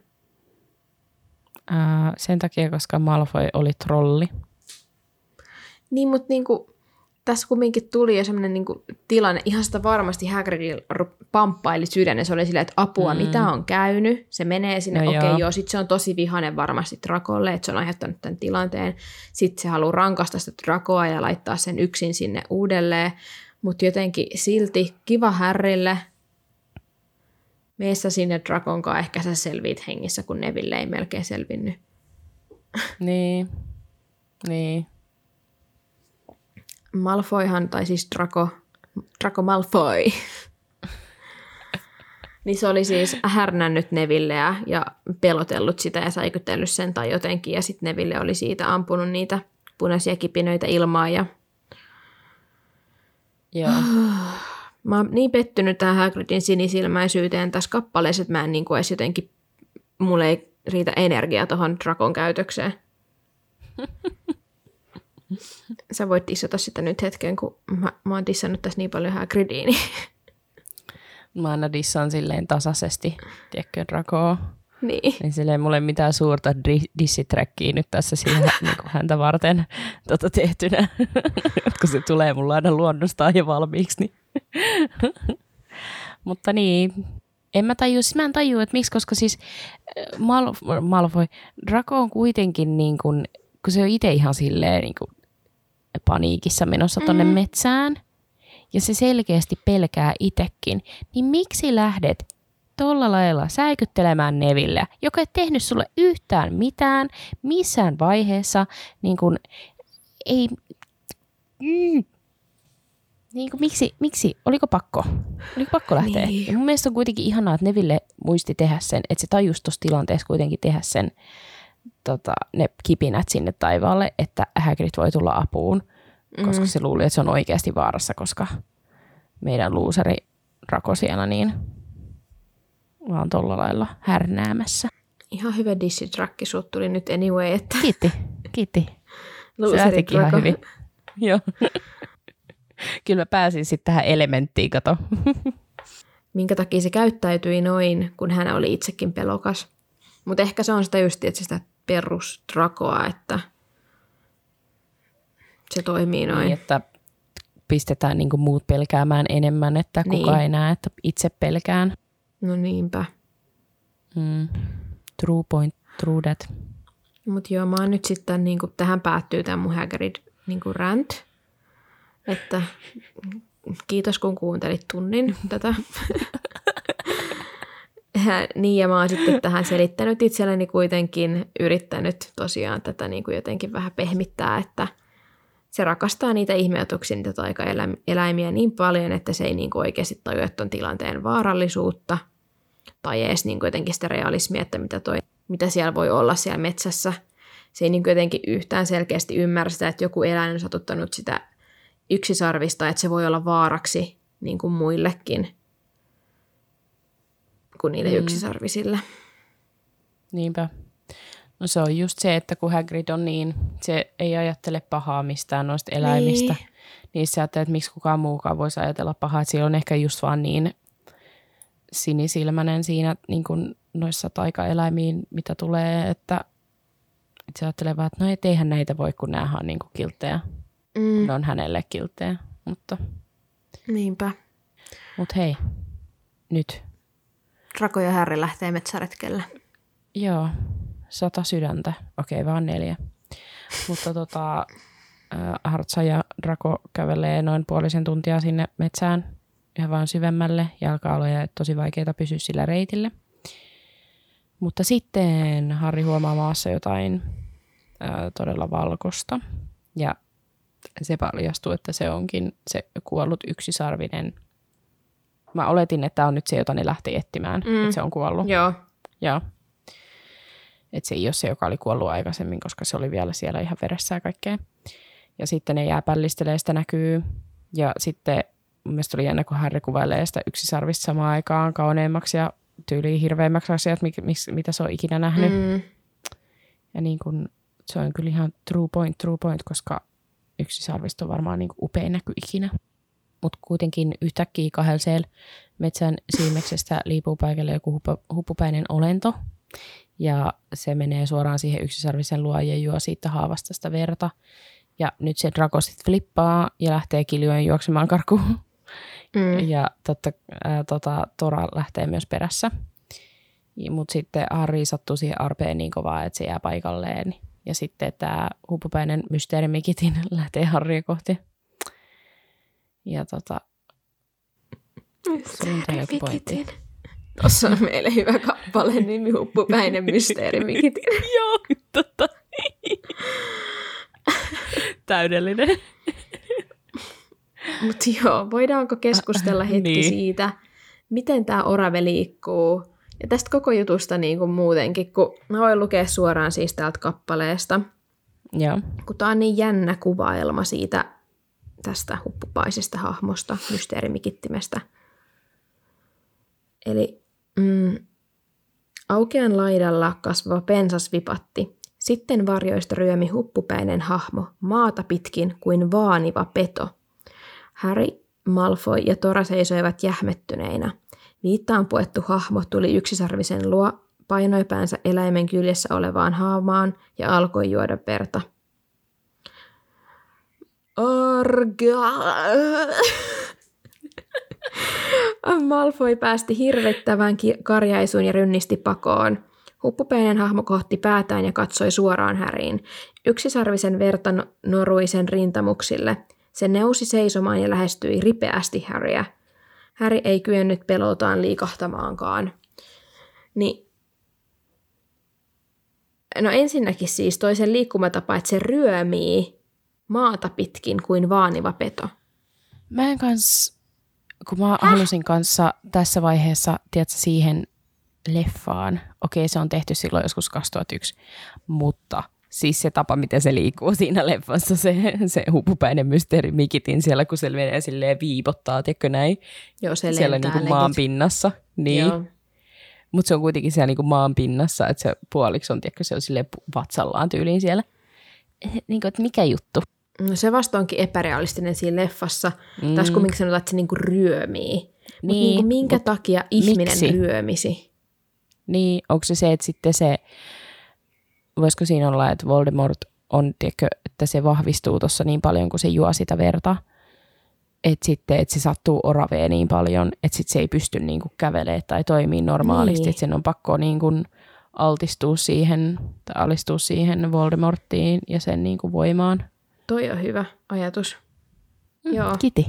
Speaker 3: Sen takia, koska Malfoy oli trolli.
Speaker 2: Niin, mutta niinku, tässä kumminkin tuli jo sellainen niinku tilanne, ihan sitä varmasti Hagridilla pamppaili sydän, se oli silleen, että apua, mitä on käynyt, se menee sinne, joo, sitten se on tosi vihainen varmasti Dracolle, että se on aiheuttanut tämän tilanteen, sitten se haluaa rankasta sitä Dracoa ja laittaa sen yksin sinne uudelleen, mutta jotenkin silti kiva Harrylle, meessä sinne Draconkaan, ehkä sä selviit hengissä, kun Neville ei melkein selvinnyt.
Speaker 3: Niin.
Speaker 2: Malfoyhan, tai siis Draco Malfoy, niin se oli siis härnännyt Nevilleä ja pelotellut sitä ja säikytellyt sen tai jotenkin. Ja sitten Neville oli siitä ampunut niitä punaisia kipinöitä ilmaan. Ja...
Speaker 3: Joo.
Speaker 2: Mä oon niin pettynyt tähän Hagridin sinisilmäisyyteen tässä kappaleessa, että mä en niin kuin edes jotenkin, mulle ei riitä energiaa tuohon Dracon käytökseen. Sä voit dissata sitä nyt hetken, kun mä oon dissannut tässä niin paljon Hagridia. Niin.
Speaker 3: Mä aina dissaan silleen tasaisesti, tiedätkö, Dracoa.
Speaker 2: Niin
Speaker 3: silleen mulla ei mitään suurta dissitrackia nyt tässä siihen niin kuin häntä varten tehtynä, kun se tulee mulla aina luonnostaan jo valmiiksi. Niin. Mutta niin, mä en tajua, että miksi, koska siis Malfoy, Draco on kuitenkin niin kuin kun se on itse ihan silleen niin kuin paniikissa menossa tonne metsään, ja se selkeästi pelkää itsekin, niin miksi lähdet tolla lailla säikyttelemään Nevilleä, joka ei tehnyt sulle yhtään mitään missään vaiheessa, niin kuin ei... Niin kuin, miksi? Oliko pakko lähteä?
Speaker 2: Niin.
Speaker 3: Ja mun mielestä on kuitenkin ihanaa, että Neville muisti tehdä sen, että se tajusi tuossa tilanteessa kuitenkin tehdä sen ne kipinät sinne taivaalle, että Hagrid voi tulla apuun, koska se luuli, että se on oikeasti vaarassa, koska meidän luuseri Draco siellä niin vaan tolla lailla härnäämässä.
Speaker 2: Ihan hyvä dissidrakki sut tuli nyt anyway, että...
Speaker 3: Kiitti.
Speaker 2: Luuseri
Speaker 3: Se ihan
Speaker 2: Draco.
Speaker 3: hyvin. Joo. Kyllä mä pääsin sitten tähän elementtiin, kato.
Speaker 2: Minkä takia se käyttäytyi noin, kun hän oli itsekin pelokas. Mutta ehkä se on sitä just sitä perusdrakoa, että se toimii noin.
Speaker 3: Niin, että pistetään niinku muut pelkäämään enemmän, että kukaan ei näe, että itse pelkään.
Speaker 2: No niinpä.
Speaker 3: True point, true that.
Speaker 2: Mutta joo, mä oon nyt sitten, niin tähän päättyy tämä mun Hagrid rant. Että kiitos kun kuuntelit tunnin tätä. Niin ja mä oon sitten tähän selittänyt itselleni kuitenkin, yrittänyt tosiaan tätä niin kuin jotenkin vähän pehmittää, että se rakastaa niitä ihmeotuksia, niitä taikaeläimiä niin paljon, että se ei niin kuin oikeasti tajua ton tilanteen vaarallisuutta tai edes niin kuin jotenkin sitä realismia, että mitä siellä voi olla siellä metsässä. Se ei niin kuin jotenkin yhtään selkeästi ymmärrä sitä, että joku eläin on satuttanut sitä yksisarvista, että se voi olla vaaraksi niin kuin muillekin kuin niille yksisarvisille.
Speaker 3: Niinpä. No se on just se, että kun Hagrid on niin, se ei ajattele pahaa mistään noista eläimistä. Niin se ajattelee, että miksi kukaan muukaan voisi ajatella pahaa. Että sillä on ehkä just vaan niin sinisilmäinen siinä niin kuin noissa taikaeläimiin, mitä tulee, että se ajattelee vaan, että no eihän näitä voi, kun näähän on niin kuin kilttejä. Ne on hänelle kilttejä, mutta...
Speaker 2: Niinpä.
Speaker 3: Mut hei, nyt.
Speaker 2: Draco ja Harry lähtee metsäretkelle.
Speaker 3: Joo, 100 sydäntä. Okei, vaan 4. Mutta Hartsa ja Draco kävelee noin puolisen tuntia sinne metsään ihan vaan syvemmälle ja alkaa olla tosi vaikeaa pysyä sillä reitillä. Mutta sitten Harry huomaa maassa jotain todella valkoista ja se paljastuu, että se onkin se kuollut yksisarvinen. Mä oletin, että tämä on nyt se, jota ne lähti etsimään, että se on kuollut. Joo. Että se ei ole se, joka oli kuollut aikaisemmin, koska se oli vielä siellä ihan veressä ja kaikkea. Ja sitten ne jääpällistelee, sitä näkyy. Ja sitten mun mielestä oli jännä, kun Harry kuvailee sitä yksisarvista samaan aikaan kauneimmaksi ja tyyliin hirveimmäksi asiat, mitä se on ikinä nähnyt. Ja niin kun, se on kyllä ihan true point, koska yksisarvista on varmaan niin kuin upein näky ikinä. Mutta kuitenkin yhtäkkiä kahelseel metsän siimeksestä liipuu paikalle joku huppupäinen olento. Ja se menee suoraan siihen yksisarvisen luo ja juo siitä haavasta sitä verta. Ja nyt se Draco sitten flippaa ja lähtee kiljoen juoksemaan karkuun. Ja Tora lähtee myös perässä. Mutta sitten Harry sattuu siihen arpeen niin kovaa, että se jää paikalleen. Ja sitten tämä huppupäinen mysteerimikitin lähtee Harrya kohti. Ja sun on joku pointti.
Speaker 2: Tuossa on meille hyvä kappale nimi huppupäinen mysteerimikitin.
Speaker 3: Joo, täydellinen.
Speaker 2: Mutta joo, voidaanko keskustella hetki siitä, miten tämä orave liikkuu? Ja tästä koko jutusta niin kuin muutenkin, kun mä voin lukea suoraan siis täältä kappaleesta.
Speaker 3: Joo.
Speaker 2: Kun tää on niin jännä kuvailma siitä tästä huppupaisesta hahmosta, mysteerimikittimestä. Eli aukean laidalla kasvava pensas vipatti. Sitten varjoista ryömi huppupäinen hahmo, maata pitkin kuin vaaniva peto. Harry, Malfoy ja Tora seisoivat jähmettyneinä. Viittaan puettu hahmo tuli yksisarvisen luo, painoi päänsä eläimen kyljessä olevaan haamaan ja alkoi juoda verta. Malfoy päästi hirvittävän karjaisuun ja rynnisti pakoon. Huppupäinen hahmo kohti päätään ja katsoi suoraan Harryin. Yksisarvisen verta norui sen rintamuksille. Se nousi seisomaan ja lähestyi ripeästi Harryä. Harry ei kyennyt peloltaan liikahtamaankaan. No ensinnäkin siis toisen liikkumatapa, että se ryömii maata pitkin kuin vaaniva peto.
Speaker 3: Mä en kun mä halusin kanssa tässä vaiheessa, tiedätkö, siihen leffaan. Okei, se on tehty silloin joskus 2001, mutta siis se tapa, miten se liikkuu siinä leffassa, se hupupäinen mysteeri Mikitin siellä, kun se menee silleen viipottaa, tiedätkö näin?
Speaker 2: Joo, se
Speaker 3: siellä
Speaker 2: lentää
Speaker 3: niinku maan pinnassa. Niin. Mutta se on kuitenkin siellä niinku maan pinnassa, että se puoliksi on, tiedätkö, se on silleen vatsallaan tyyliin siellä. Niinku, että mikä juttu?
Speaker 2: No se vasta onkin epärealistinen siinä leffassa. Tässä kumminkin sanotaan, että se niinku ryömii. Niin, minkä takia ihminen ryömisi?
Speaker 3: Niin, onko se, että sitten se, voisiko siinä olla, että Voldemort on, tiedätkö, että se vahvistuu tuossa niin paljon, kun se juo sitä verta, että sitten, että se sattuu oraveen niin paljon, että sitten se ei pysty niinku kävelemään tai toimii normaalisti, että sen on pakko niinku alistua siihen Voldemorttiin ja sen niinku voimaan.
Speaker 2: Toi on hyvä ajatus. Joo.
Speaker 3: Kiitti.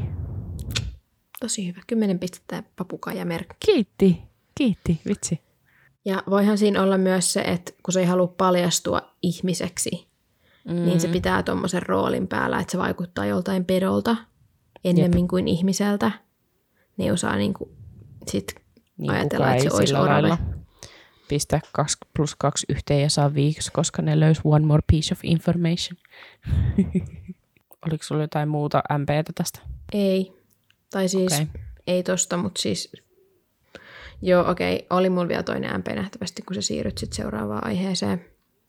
Speaker 2: Tosi hyvä. 10 pistettä papukaijamerkki.
Speaker 3: Kiitti, vitsi.
Speaker 2: Ja voihan siinä olla myös se, että kun se ei halua paljastua ihmiseksi, niin se pitää tommosen roolin päällä, että se vaikuttaa joltain pedolta ennemmin kuin ihmiseltä. Ne ei osaa niinku sit ajatella, että se olisi orave.
Speaker 3: Pistä 2+2 yhteen ja saa 5, koska ne löysi one more piece of information. Oliko sulla jotain muuta MP:tä tästä?
Speaker 2: Ei. Tai siis ei tosta, mutta siis joo, okei. Oli mulla vielä toinen MP nähtävästi, kun sä siirryt sitten seuraavaan aiheeseen.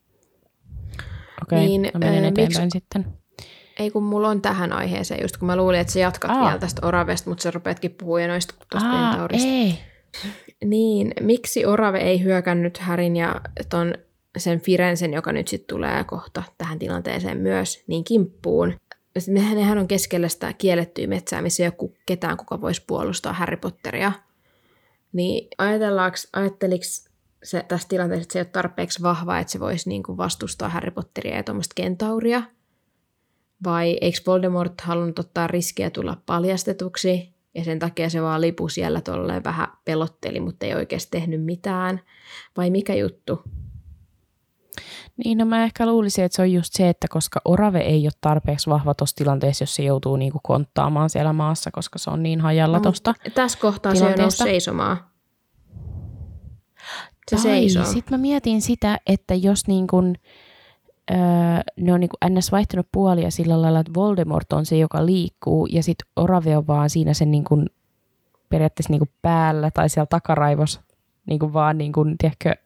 Speaker 3: Okei, niin, menen eteenpäin sitten.
Speaker 2: Ei, kun mulla on tähän aiheeseen, just kun mä luulin, että sä jatkat vielä tästä oravesta, mutta sä rupeatkin puhua jo noista tuosta kentaurista.
Speaker 3: Ei.
Speaker 2: Niin, miksi orave ei hyökännyt Harryn ja sen Firenzen, joka nyt sitten tulee kohta tähän tilanteeseen myös, niin kimppuun? Nehän on keskellä sitä kiellettyä metsää, missä ei ole ketään, kuka voisi puolustaa Harry Potteria. Niin ajatteliko se tässä tilanteessa, että se ei ole tarpeeksi vahva, että se voisi niinku vastustaa Harry Potteria ja tuommoista kentauria? Vai eikö Voldemort halunnut ottaa riskiä tulla paljastetuksi? Ja sen takia se vaan lipui siellä tolleen vähän pelotteli, mutta ei oikeasti tehnyt mitään. Vai mikä juttu?
Speaker 3: Niin, no mä ehkä luulisin, että se on just se, että koska orave ei ole tarpeeksi vahva tuossa tilanteessa, jos se joutuu niinku konttaamaan siellä maassa, koska se on niin hajalla tuosta
Speaker 2: tässä kohtaa se on noussut seisomaan. Se seisoo.
Speaker 3: Sitten mä mietin sitä, että jos ne on ns. Vaihtanut puolia sillä lailla, että Voldemort on se, joka liikkuu, ja sitten orave on vaan siinä sen periaatteessa päällä tai siellä takaraivossa vaan tiedätkö,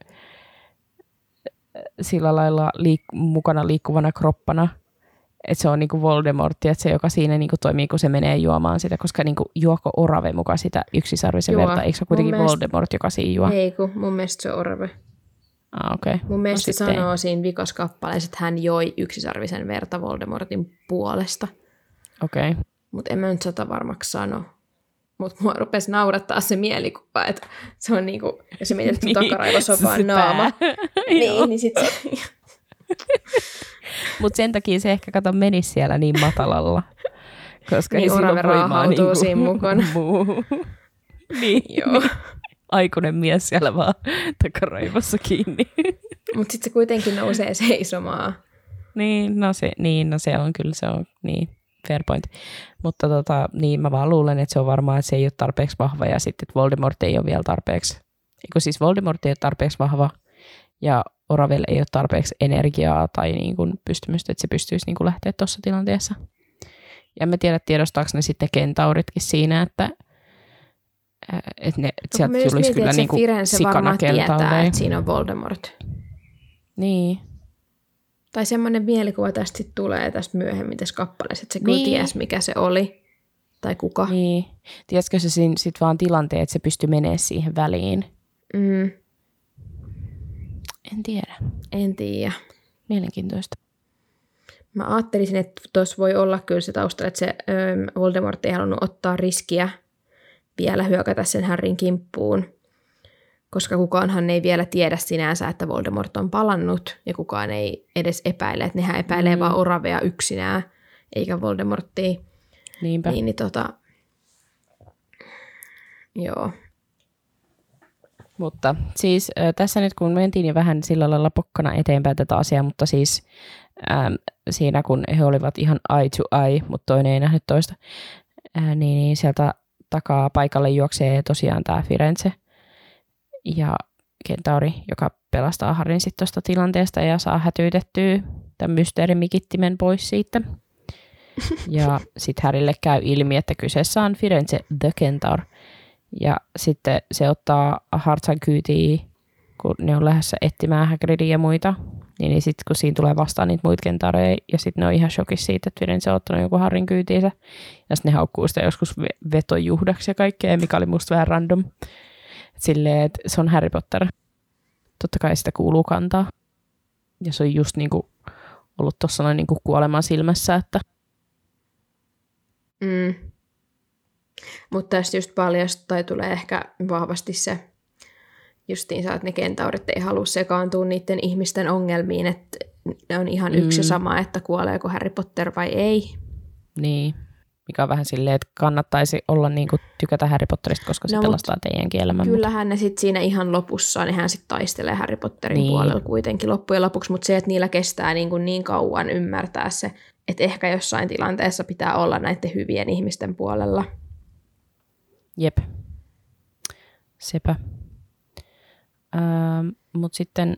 Speaker 3: sillä lailla mukana liikkuvana kroppana, että se on Voldemort, että se, joka siinä toimii, kun se menee juomaan sitä, koska juoko orave mukaan sitä yksisarvisen verta, eikö se kuitenkin Voldemort, joka siinä juo?
Speaker 2: Ei, kun mun mielestä se on orave.
Speaker 3: Okay.
Speaker 2: Mun mielestä se sanoo siinä vikaskappaleessa, että hän joi yksisarvisen verta Voldemortin puolesta.
Speaker 3: Okei.
Speaker 2: Mutta en mä nyt varmaksi sano. Mutta mua rupesi naurattaa se mielikuva, että se on jos se mietit, että takaraivossa on vaan naama. niin sit se...
Speaker 3: Mutta sen takia se ehkä menisi siellä niin matalalla. Koska
Speaker 2: niin orave raahautuu siinä mukana.
Speaker 3: Niin.
Speaker 2: Joo.
Speaker 3: Aikuinen mies siellä vaan takaraivossa kiinni.
Speaker 2: Mutta sitten se kuitenkin nousee seisomaan.
Speaker 3: No se on kyllä, se on niin, fair point. Mutta niin mä vaan luulen, että se on varmaan, että se ei ole tarpeeksi vahva ja sitten, että Voldemort ei ole vielä tarpeeksi. Eikö siis Voldemort ei ole tarpeeksi vahva ja Oravelle ei ole tarpeeksi energiaa tai pystymystä, että se pystyisi lähteä tuossa tilanteessa. Ja mä tiedän, tiedostaako ne sitten kentauritkin siinä, että sieltä tulisi kyllä sikana
Speaker 2: tietää, että siinä on Voldemort.
Speaker 3: Niin.
Speaker 2: Tai semmoinen mielikuva tästä tulee tästä myöhemmin tässä kappaleessa, että se kyllä tiesi, mikä se oli. Tai kuka.
Speaker 3: Niin. Tiedätkö se sitten vaan tilanteen, että se pystyy menemään siihen väliin? En tiedä. Mielenkiintoista.
Speaker 2: Mä ajattelisin, että tuossa voi olla kyllä se taustalla, että se Voldemort ei halunnut ottaa riskiä vielä hyökätä sen Harryn kimppuun, koska kukaanhan ei vielä tiedä sinänsä, että Voldemort on palannut, ja kukaan ei edes epäile, että nehän epäilee vaan Oravea yksinään, eikä Voldemorttia.
Speaker 3: Niinpä.
Speaker 2: Niin, joo.
Speaker 3: Mutta siis tässä nyt kun mentiin jo vähän sillä lailla pokkana eteenpäin tätä asiaa, mutta siis siinä kun he olivat ihan eye to eye, mutta toinen ei nähnyt toista, niin sieltä takaa paikalle juoksee tosiaan tämä Firenze ja kentauri, joka pelastaa Harryn sitten tuosta tilanteesta ja saa hätyytettyä tämän mysteerimikittimen pois siitä. Ja sitten Harrylle käy ilmi, että kyseessä on Firenze the Centaur. Ja sitten se ottaa Hartsan kyytiin, kun ne on lähdössä etsimään Hagridia ja muita. Niin sitten kun siinä tulee vastaan niitä muita kentaureja, ja sitten ne on ihan shokissa siitä, että Firenze on ottanut joku Harryn kyytiinsä. Ja sitten ne haukkuu sitä joskus vetojuhdaksi ja kaikkea, mikä oli musta vähän random. Silleen, että se on Harry Potter. Totta kai sitä kuuluu kantaa. Ja se on just niinku ollut tuossa noin niinku kuoleman silmässä, että...
Speaker 2: Mutta tästä just paljastaa tulee ehkä vahvasti se justiinsa, että ne kentaurit ei halua sekaantua niiden ihmisten ongelmiin, että ne on ihan yksi sama, että kuoleeko Harry Potter vai ei.
Speaker 3: Niin, mikä on vähän silleen, että kannattaisi olla niinku tykätä Harry Potterista, koska se pelastaa teidänkin elämän.
Speaker 2: Kyllähän ne sitten siinä ihan lopussa, nehän sitten taistelee Harry Potterin puolella kuitenkin loppujen lopuksi, mutta se, että niillä kestää niin kauan ymmärtää se, että ehkä jossain tilanteessa pitää olla näiden hyvien ihmisten puolella.
Speaker 3: Jep. Sepä. Mutta sitten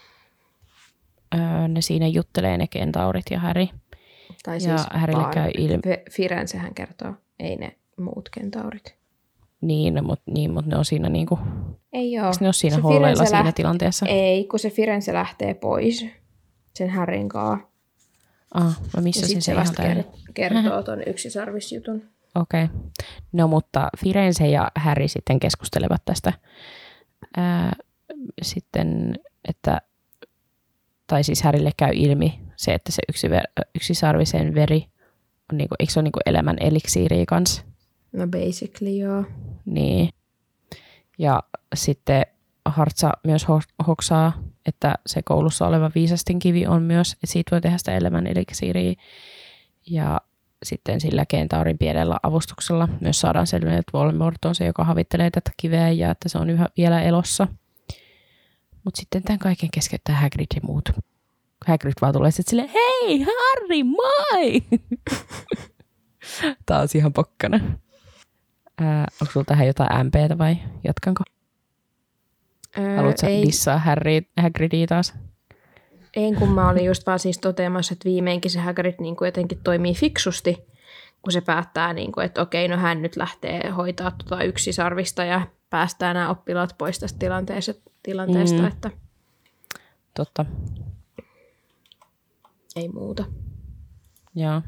Speaker 3: ne siinä juttelee ne kentaurit ja Harry.
Speaker 2: Tai
Speaker 3: ja
Speaker 2: siis
Speaker 3: Harrylle käy ilmi.
Speaker 2: Firenzehän kertoo, ei ne muut kentaurit.
Speaker 3: Niin, mutta ne on siinä niinku...
Speaker 2: Ei oo.
Speaker 3: Ne on siinä holleilla siinä tilanteessa?
Speaker 2: Ei, kun se Firenze lähtee pois sen Harryn kaa.
Speaker 3: No missä se ihan täyden?
Speaker 2: Kertoo ton yksisarvisjutun.
Speaker 3: Okei. No mutta Firenze ja Harry sitten keskustelevat tästä sitten, että, tai siis Harrylle käy ilmi se, että se yksisarvisen veri on niinku, eikö se ole niinku elämän eliksiiriä kanssa?
Speaker 2: No basically joo.
Speaker 3: Niin. Ja sitten Hartsa myös hoksaa, että se koulussa oleva viisasten kivi on myös, että siitä voi tehdä sitä elämän eliksiiriä. Ja sitten sillä kentaurin pienellä avustuksella myös saadaan selville, että Voldemort on se, joka havittelee tätä kiveä ja että se on vielä elossa. Mutta sitten tämän kaiken keskeyttää Hagrid ja muut. Hagrid vaan tulee sitten silleen, hei Harry, moi! Taas ihan pokkana. Onko sulla tähän jotain MPtä vai jatkanko? Haluatko dissaa Hagridia taas?
Speaker 2: En, kun mä olin just vaan siis toteamassa, että viimeinkin se Hagrid niin kuin jotenkin toimii fiksusti, kun se päättää, niin kuin, että okei, no hän nyt lähtee hoitaa yksisarvista ja päästää nämä oppilaat pois tästä tilanteesta että
Speaker 3: totta.
Speaker 2: Ei muuta.
Speaker 3: Joo.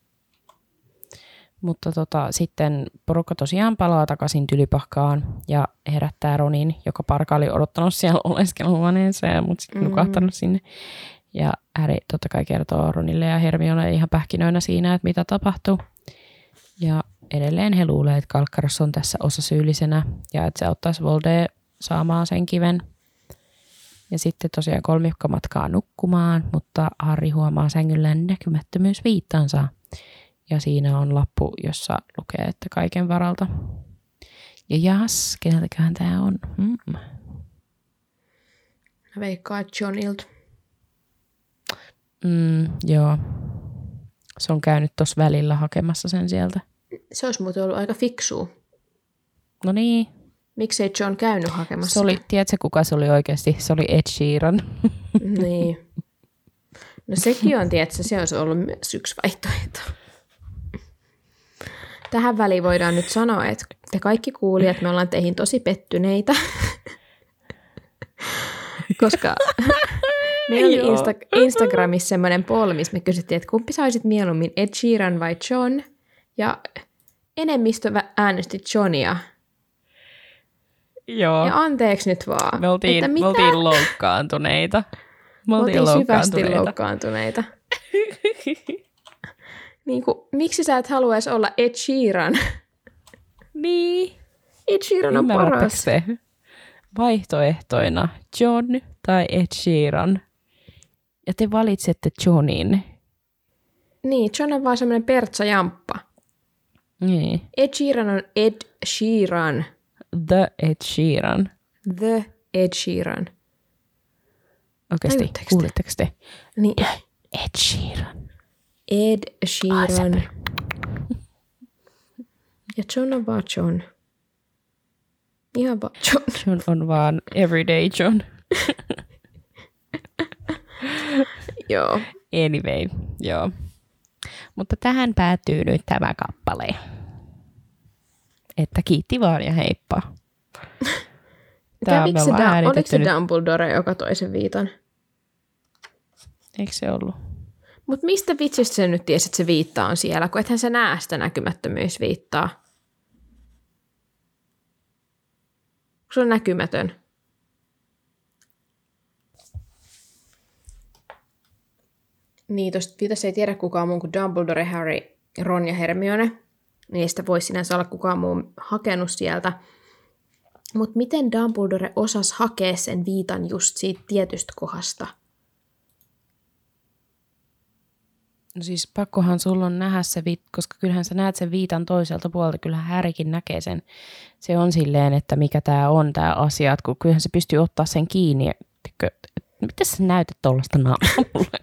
Speaker 3: Mutta sitten porukka tosiaan palaa takaisin Tylypahkaan ja herättää Ronin, joka parka oli odottanut siellä oleskeluhuoneeseen, mutta sitten nukahtanut sinne. Ja Harry totta kai kertoo Ronille ja Hermione ihan pähkinöinä siinä, että mitä tapahtuu. Ja edelleen he luulee, että Kalkkaros on tässä osasyyllisenä ja että se auttaisi Voldea saamaan sen kiven. Ja sitten tosiaan kolmikko matkaa nukkumaan, mutta Harry huomaa sängyllään näkymättömyysviittansa. Ja siinä on lappu, jossa lukee, että kaiken varalta. Ja jas, keneltäköhän tämä on?
Speaker 2: Veikkaa Johnilta.
Speaker 3: Joo. Se on käynyt tuossa välillä hakemassa sen sieltä.
Speaker 2: Se olisi muuten ollut aika fiksua.
Speaker 3: No niin.
Speaker 2: Miksei John käynyt hakemassa?
Speaker 3: Se oli, tiedätkö kuka se oli oikeasti? Se oli Ed Sheeran.
Speaker 2: Niin. No sekin on, tiedätkö, se olisi ollut myös yksi vaihtoehto. Tähän väliin voidaan nyt sanoa, että te kaikki kuulijat, me ollaan teihin tosi pettyneitä, koska meillä oli Instagramissa semmoinen poll, missä me kysyttiin, että kumpi saisit mieluummin, Ed Sheeran vai John, ja enemmistö äänesti Johnia.
Speaker 3: Joo.
Speaker 2: Ja anteeksi nyt vaan.
Speaker 3: Me oltiin loukkaantuneita.
Speaker 2: Me oltiin syvästi loukkaantuneita. Niin kuin, miksi sä et haluaisi olla Ed Sheeran?
Speaker 3: Niin.
Speaker 2: Ed Sheeran on paras.
Speaker 3: vaihtoehtoina John tai Ed Sheeran. Ja te valitsette Johnin.
Speaker 2: Niin, John on vaan semmoinen pertsajamppa.
Speaker 3: Niin.
Speaker 2: Ed Sheeran on Ed Sheeran.
Speaker 3: The Ed Sheeran.
Speaker 2: The Ed Sheeran.
Speaker 3: Oikeasti,
Speaker 2: Tajutteko te?
Speaker 3: kuulitteko te?
Speaker 2: Niin.
Speaker 3: Ed Sheeran.
Speaker 2: Ed Sheeran. Ja John on vaan John. Ihan vaan John.
Speaker 3: John on vaan everyday John.
Speaker 2: Joo.
Speaker 3: Anyway, joo. Mutta tähän päättyy nyt tämä kappale. Että kiitti vaan ja heippa.
Speaker 2: Oliko se Dumbledore, joka toi sen viitan?
Speaker 3: Eikö se ollut?
Speaker 2: Mutta mistä vitsistä se nyt tiesi, että se viitta on siellä, kun ethän sä näe sitä näkymättömyysviittaa? Se on näkymätön. Niin, tuosta viitassa ei tiedä kukaan muu kuin Dumbledore, Harry, Ron ja Hermione. Niin sitä voisi sinänsä olla kukaan muu hakenut sieltä. Mutta miten Dumbledore osasi hakea sen viitan just siitä tietystä kohdasta?
Speaker 3: No siis pakkohan sulla on nähdä se koska kyllähän sä näet sen viitan toiselta puolelta. Kyllähän Harrykin näkee sen. Se on silleen, että mikä tää on tää asia. Että kun kyllähän se pystyy ottaa sen kiinni. Miten sä näytät tollaista naamaa mulle?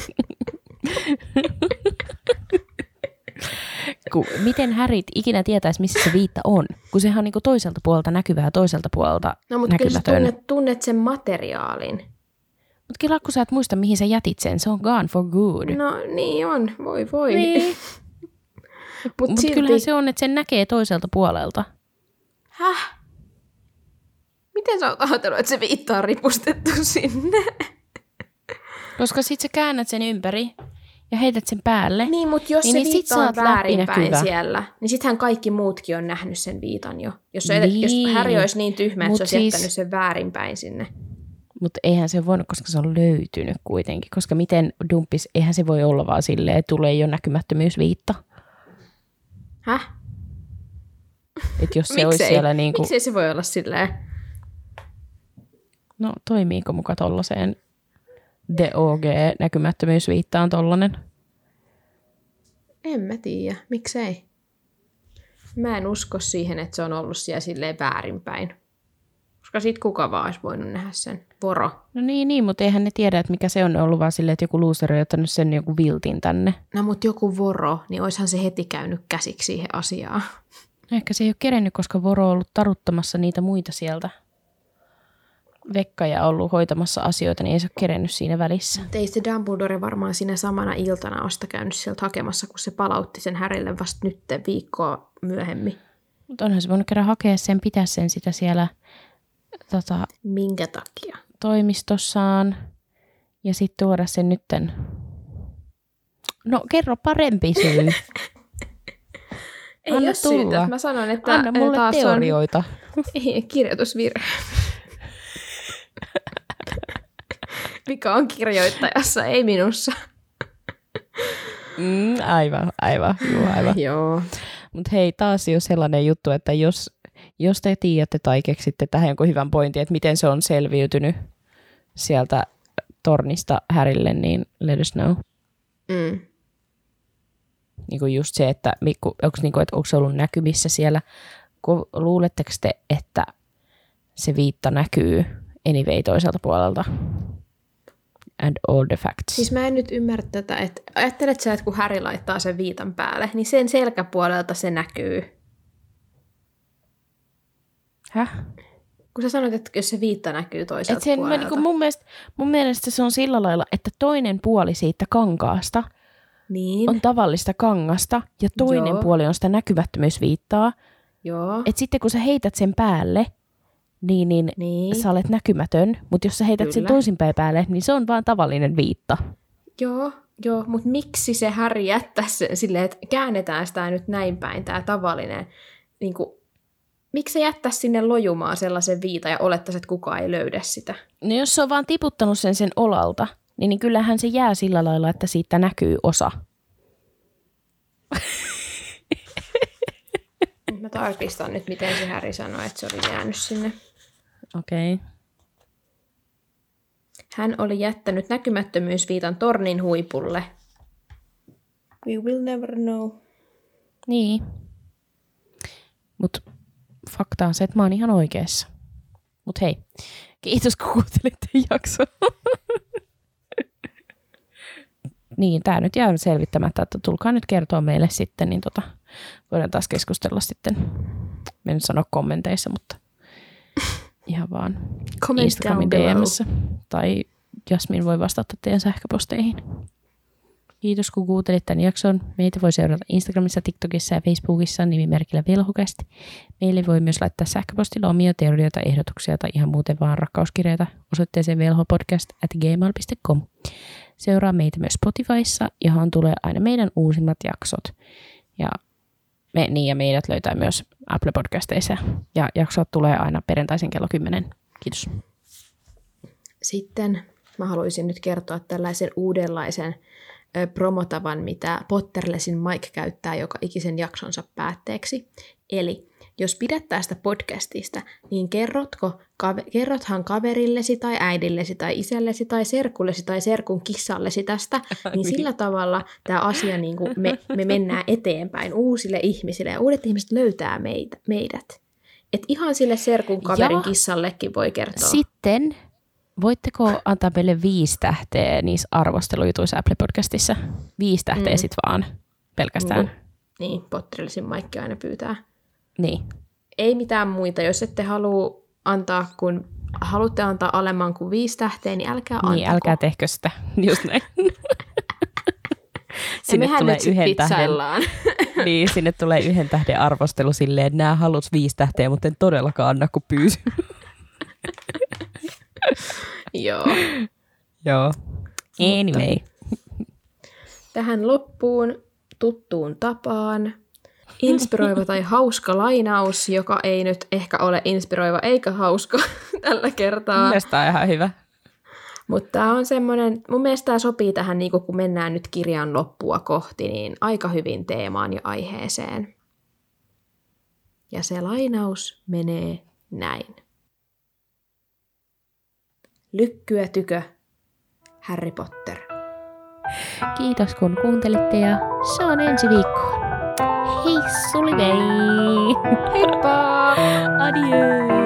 Speaker 3: Miten Harry ikinä tietäisi, missä se viitta on? Kun sehän on niinku toiselta puolelta näkyvää, toiselta puolelta
Speaker 2: no, mutta
Speaker 3: näkymätön.
Speaker 2: kyllä tunnet sen materiaalin.
Speaker 3: Mutta kyllä kun sä et muista, mihin sä jätit sen, se on gone for good.
Speaker 2: No niin on, voi.
Speaker 3: Niin. Mutta
Speaker 2: silti...
Speaker 3: kyllähän se on, että sen näkee toiselta puolelta.
Speaker 2: Häh? Miten sä oot ajatellut, että se viitta on ripustettu sinne?
Speaker 3: Koska sit sä käännät sen ympäri ja heität sen päälle.
Speaker 2: Niin, mutta jos
Speaker 3: niin
Speaker 2: se viitta on väärinpäin siellä, niin sittenhän kaikki muutkin on nähnyt sen viitan jo. Jos Harry olisi niin tyhmä, että se olisi jättänyt sen väärinpäin sinne.
Speaker 3: Mutta eihän se voinut, koska se on löytynyt kuitenkin. Koska miten dumppis, eihän se voi olla vaan silleen, että tulee jo näkymättömyysviitta.
Speaker 2: Häh?
Speaker 3: Että jos se olisi siellä niinku...
Speaker 2: Miksei se voi olla silleen?
Speaker 3: No toimiiko muka tollaiseen DOG-näkymättömyysviittaan tollanen?
Speaker 2: En mä tiedä. Miksei? Mä en usko siihen, että se on ollut siellä silleen väärinpäin. Koska sit kuka vaan olisi voinut nähdä sen. Voro.
Speaker 3: No niin, mutta eihän ne tiedä, että mikä se on ollut vaan silleen, että joku loser on ottanut sen joku viltin tänne.
Speaker 2: No mutta joku voro, niin oishan se heti käynyt käsiksi siihen asiaan.
Speaker 3: No ehkä se ei ole kerennyt, koska voro on ollut taruttamassa niitä muita sieltä. Vekkaja ollut hoitamassa asioita, niin ei se ole kerennyt siinä välissä.
Speaker 2: Ei se Dumbledore varmaan siinä samana iltana ole sitä käynyt sieltä hakemassa, kun se palautti sen Harrylle vasta nyt viikkoa myöhemmin.
Speaker 3: Mutta onhan se voinut kerran hakea sen, pitää sen sitä siellä
Speaker 2: minkä takia?
Speaker 3: Toimistossaan ja sitten tuoda sen nytten. No kerro parempi syy.
Speaker 2: Ei ole syytä. Mä sanon, että
Speaker 3: anna mulle
Speaker 2: taas
Speaker 3: teorioita.
Speaker 2: Ei, kirjoitusvirhe. Mikä on kirjoittajassa, ei minussa.
Speaker 3: Aivan.
Speaker 2: Joo.
Speaker 3: Mutta hei, taas jo sellainen juttu, että jos te tiedätte tai keksitte tähän jonkun hyvän pointin, että miten se on selviytynyt sieltä tornista Harrylle, niin let us know. Niin kuin just se, että onko se ollut näkymissä siellä. Luuletteko te, että se viitta näkyy anyway toiselta puolelta? And all the facts.
Speaker 2: Siis mä en nyt ymmärrä tätä, että ajattelet sä, että kun Harry laittaa sen viitan päälle, niin sen selkäpuolelta se näkyy.
Speaker 3: Häh?
Speaker 2: Kun sä sanoit, että jos se viitta näkyy toiselta puolelta.
Speaker 3: Mun mielestä se on sillä lailla, että toinen puoli siitä kankaasta on tavallista kangasta ja toinen puoli on sitä näkymättömyysviittaa.
Speaker 2: Joo.
Speaker 3: Et sitten kun sä heität sen päälle, niin. Sä olet näkymätön, mutta jos sä heität sen toisinpäin päälle, niin se on vaan tavallinen viitta.
Speaker 2: Joo, mutta miksi se Harry jättäisi sen silleen, että käännetään sitä nyt näin päin, tämä tavallinen, niin kuin, miksi se jättäisi sinne lojumaan sellaisen viitan ja olettaisi, että kukaan ei löydä sitä?
Speaker 3: No jos se on vaan tiputtanut sen olalta, niin kyllähän se jää sillä lailla, että siitä näkyy osa.
Speaker 2: Mä tarkistan nyt, miten se Harry sanoi, että se oli jäänyt sinne.
Speaker 3: Okei. Okay.
Speaker 2: Hän oli jättänyt näkymättömyysviitan tornin huipulle. We will never know.
Speaker 3: Niin. Mut fakta on se, että mä oon ihan oikeassa. Mut hei, kiitos kun kuuntelitte jaksoa. Niin, tää nyt jää selvittämättä, että tulkaa nyt kertoa meille sitten, niin voidaan taas keskustella sitten. Mä en sano kommenteissa, mutta ihan vaan Instagramin DM:ssä. Tai Jasmin voi vastata teidän sähköposteihin. Kiitos kun kuuntelit tämän jakson. Meitä voi seurata Instagramissa, TikTokissa ja Facebookissa nimimerkillä Velhokasti. Meille voi myös laittaa sähköpostilla omia teorioita, ehdotuksia tai ihan muuten vaan rakkauskirjeitä osoitteeseen velhopodcast@gmail.com. Seuraa meitä myös Spotifyssa, johon tulee aina meidän uusimmat jaksot. Ja meidät löytää myös Apple Podcasteissa. Ja jaksot tulee aina perjantaisin kello 10. Kiitos.
Speaker 2: Sitten mä haluaisin nyt kertoa tällaisen uudenlaisen promotavan, mitä Potterlessin Mike käyttää joka ikisen jaksonsa päätteeksi. Eli jos pidät tästä podcastista, niin kerrothan kaverillesi tai äidillesi tai isällesi tai serkullesi tai serkun kissallesi tästä, niin sillä tavalla tämä asia, niin kuin me mennään eteenpäin uusille ihmisille ja uudet ihmiset löytää meidät. Et ihan sille serkun kaverin kissallekin voi kertoa.
Speaker 3: Sitten voitteko antaa meille 5 tähteä niissä arvostelujutuissa Apple Podcastissa? 5 tähteä sit vaan pelkästään.
Speaker 2: Niin, Potterlessin Mike aina pyytää.
Speaker 3: Niin.
Speaker 2: Ei mitään muita. Jos ette halua antaa, kun haluatte antaa alemman kuin 5 tähteä, niin älkää antako. Niin,
Speaker 3: älkää tehkö sitä. Just näin.
Speaker 2: Sinne tulee 1 tähden.
Speaker 3: Niin, sinne tulee 1 tähden arvostelu silleen, että nää haluat 5 tähteä, mutta en todellakaan anna, kun pyysin.
Speaker 2: Joo.
Speaker 3: Joo. Anyway.
Speaker 2: Tähän loppuun tuttuun tapaan inspiroiva tai hauska lainaus, joka ei nyt ehkä ole inspiroiva eikä hauska tällä kertaa.
Speaker 3: Mielestäni on ihan hyvä.
Speaker 2: Mutta tämä on semmoinen, mun mielestä tämä sopii tähän, niin kun mennään nyt kirjan loppua kohti, niin aika hyvin teemaan ja aiheeseen. Ja se lainaus menee näin. Lykkyä tykö, Harry Potter.
Speaker 3: Kiitos kun kuuntelitte ja se on ensi viikkoon. Hei, suli vei!
Speaker 2: Heippa!
Speaker 3: Adieu!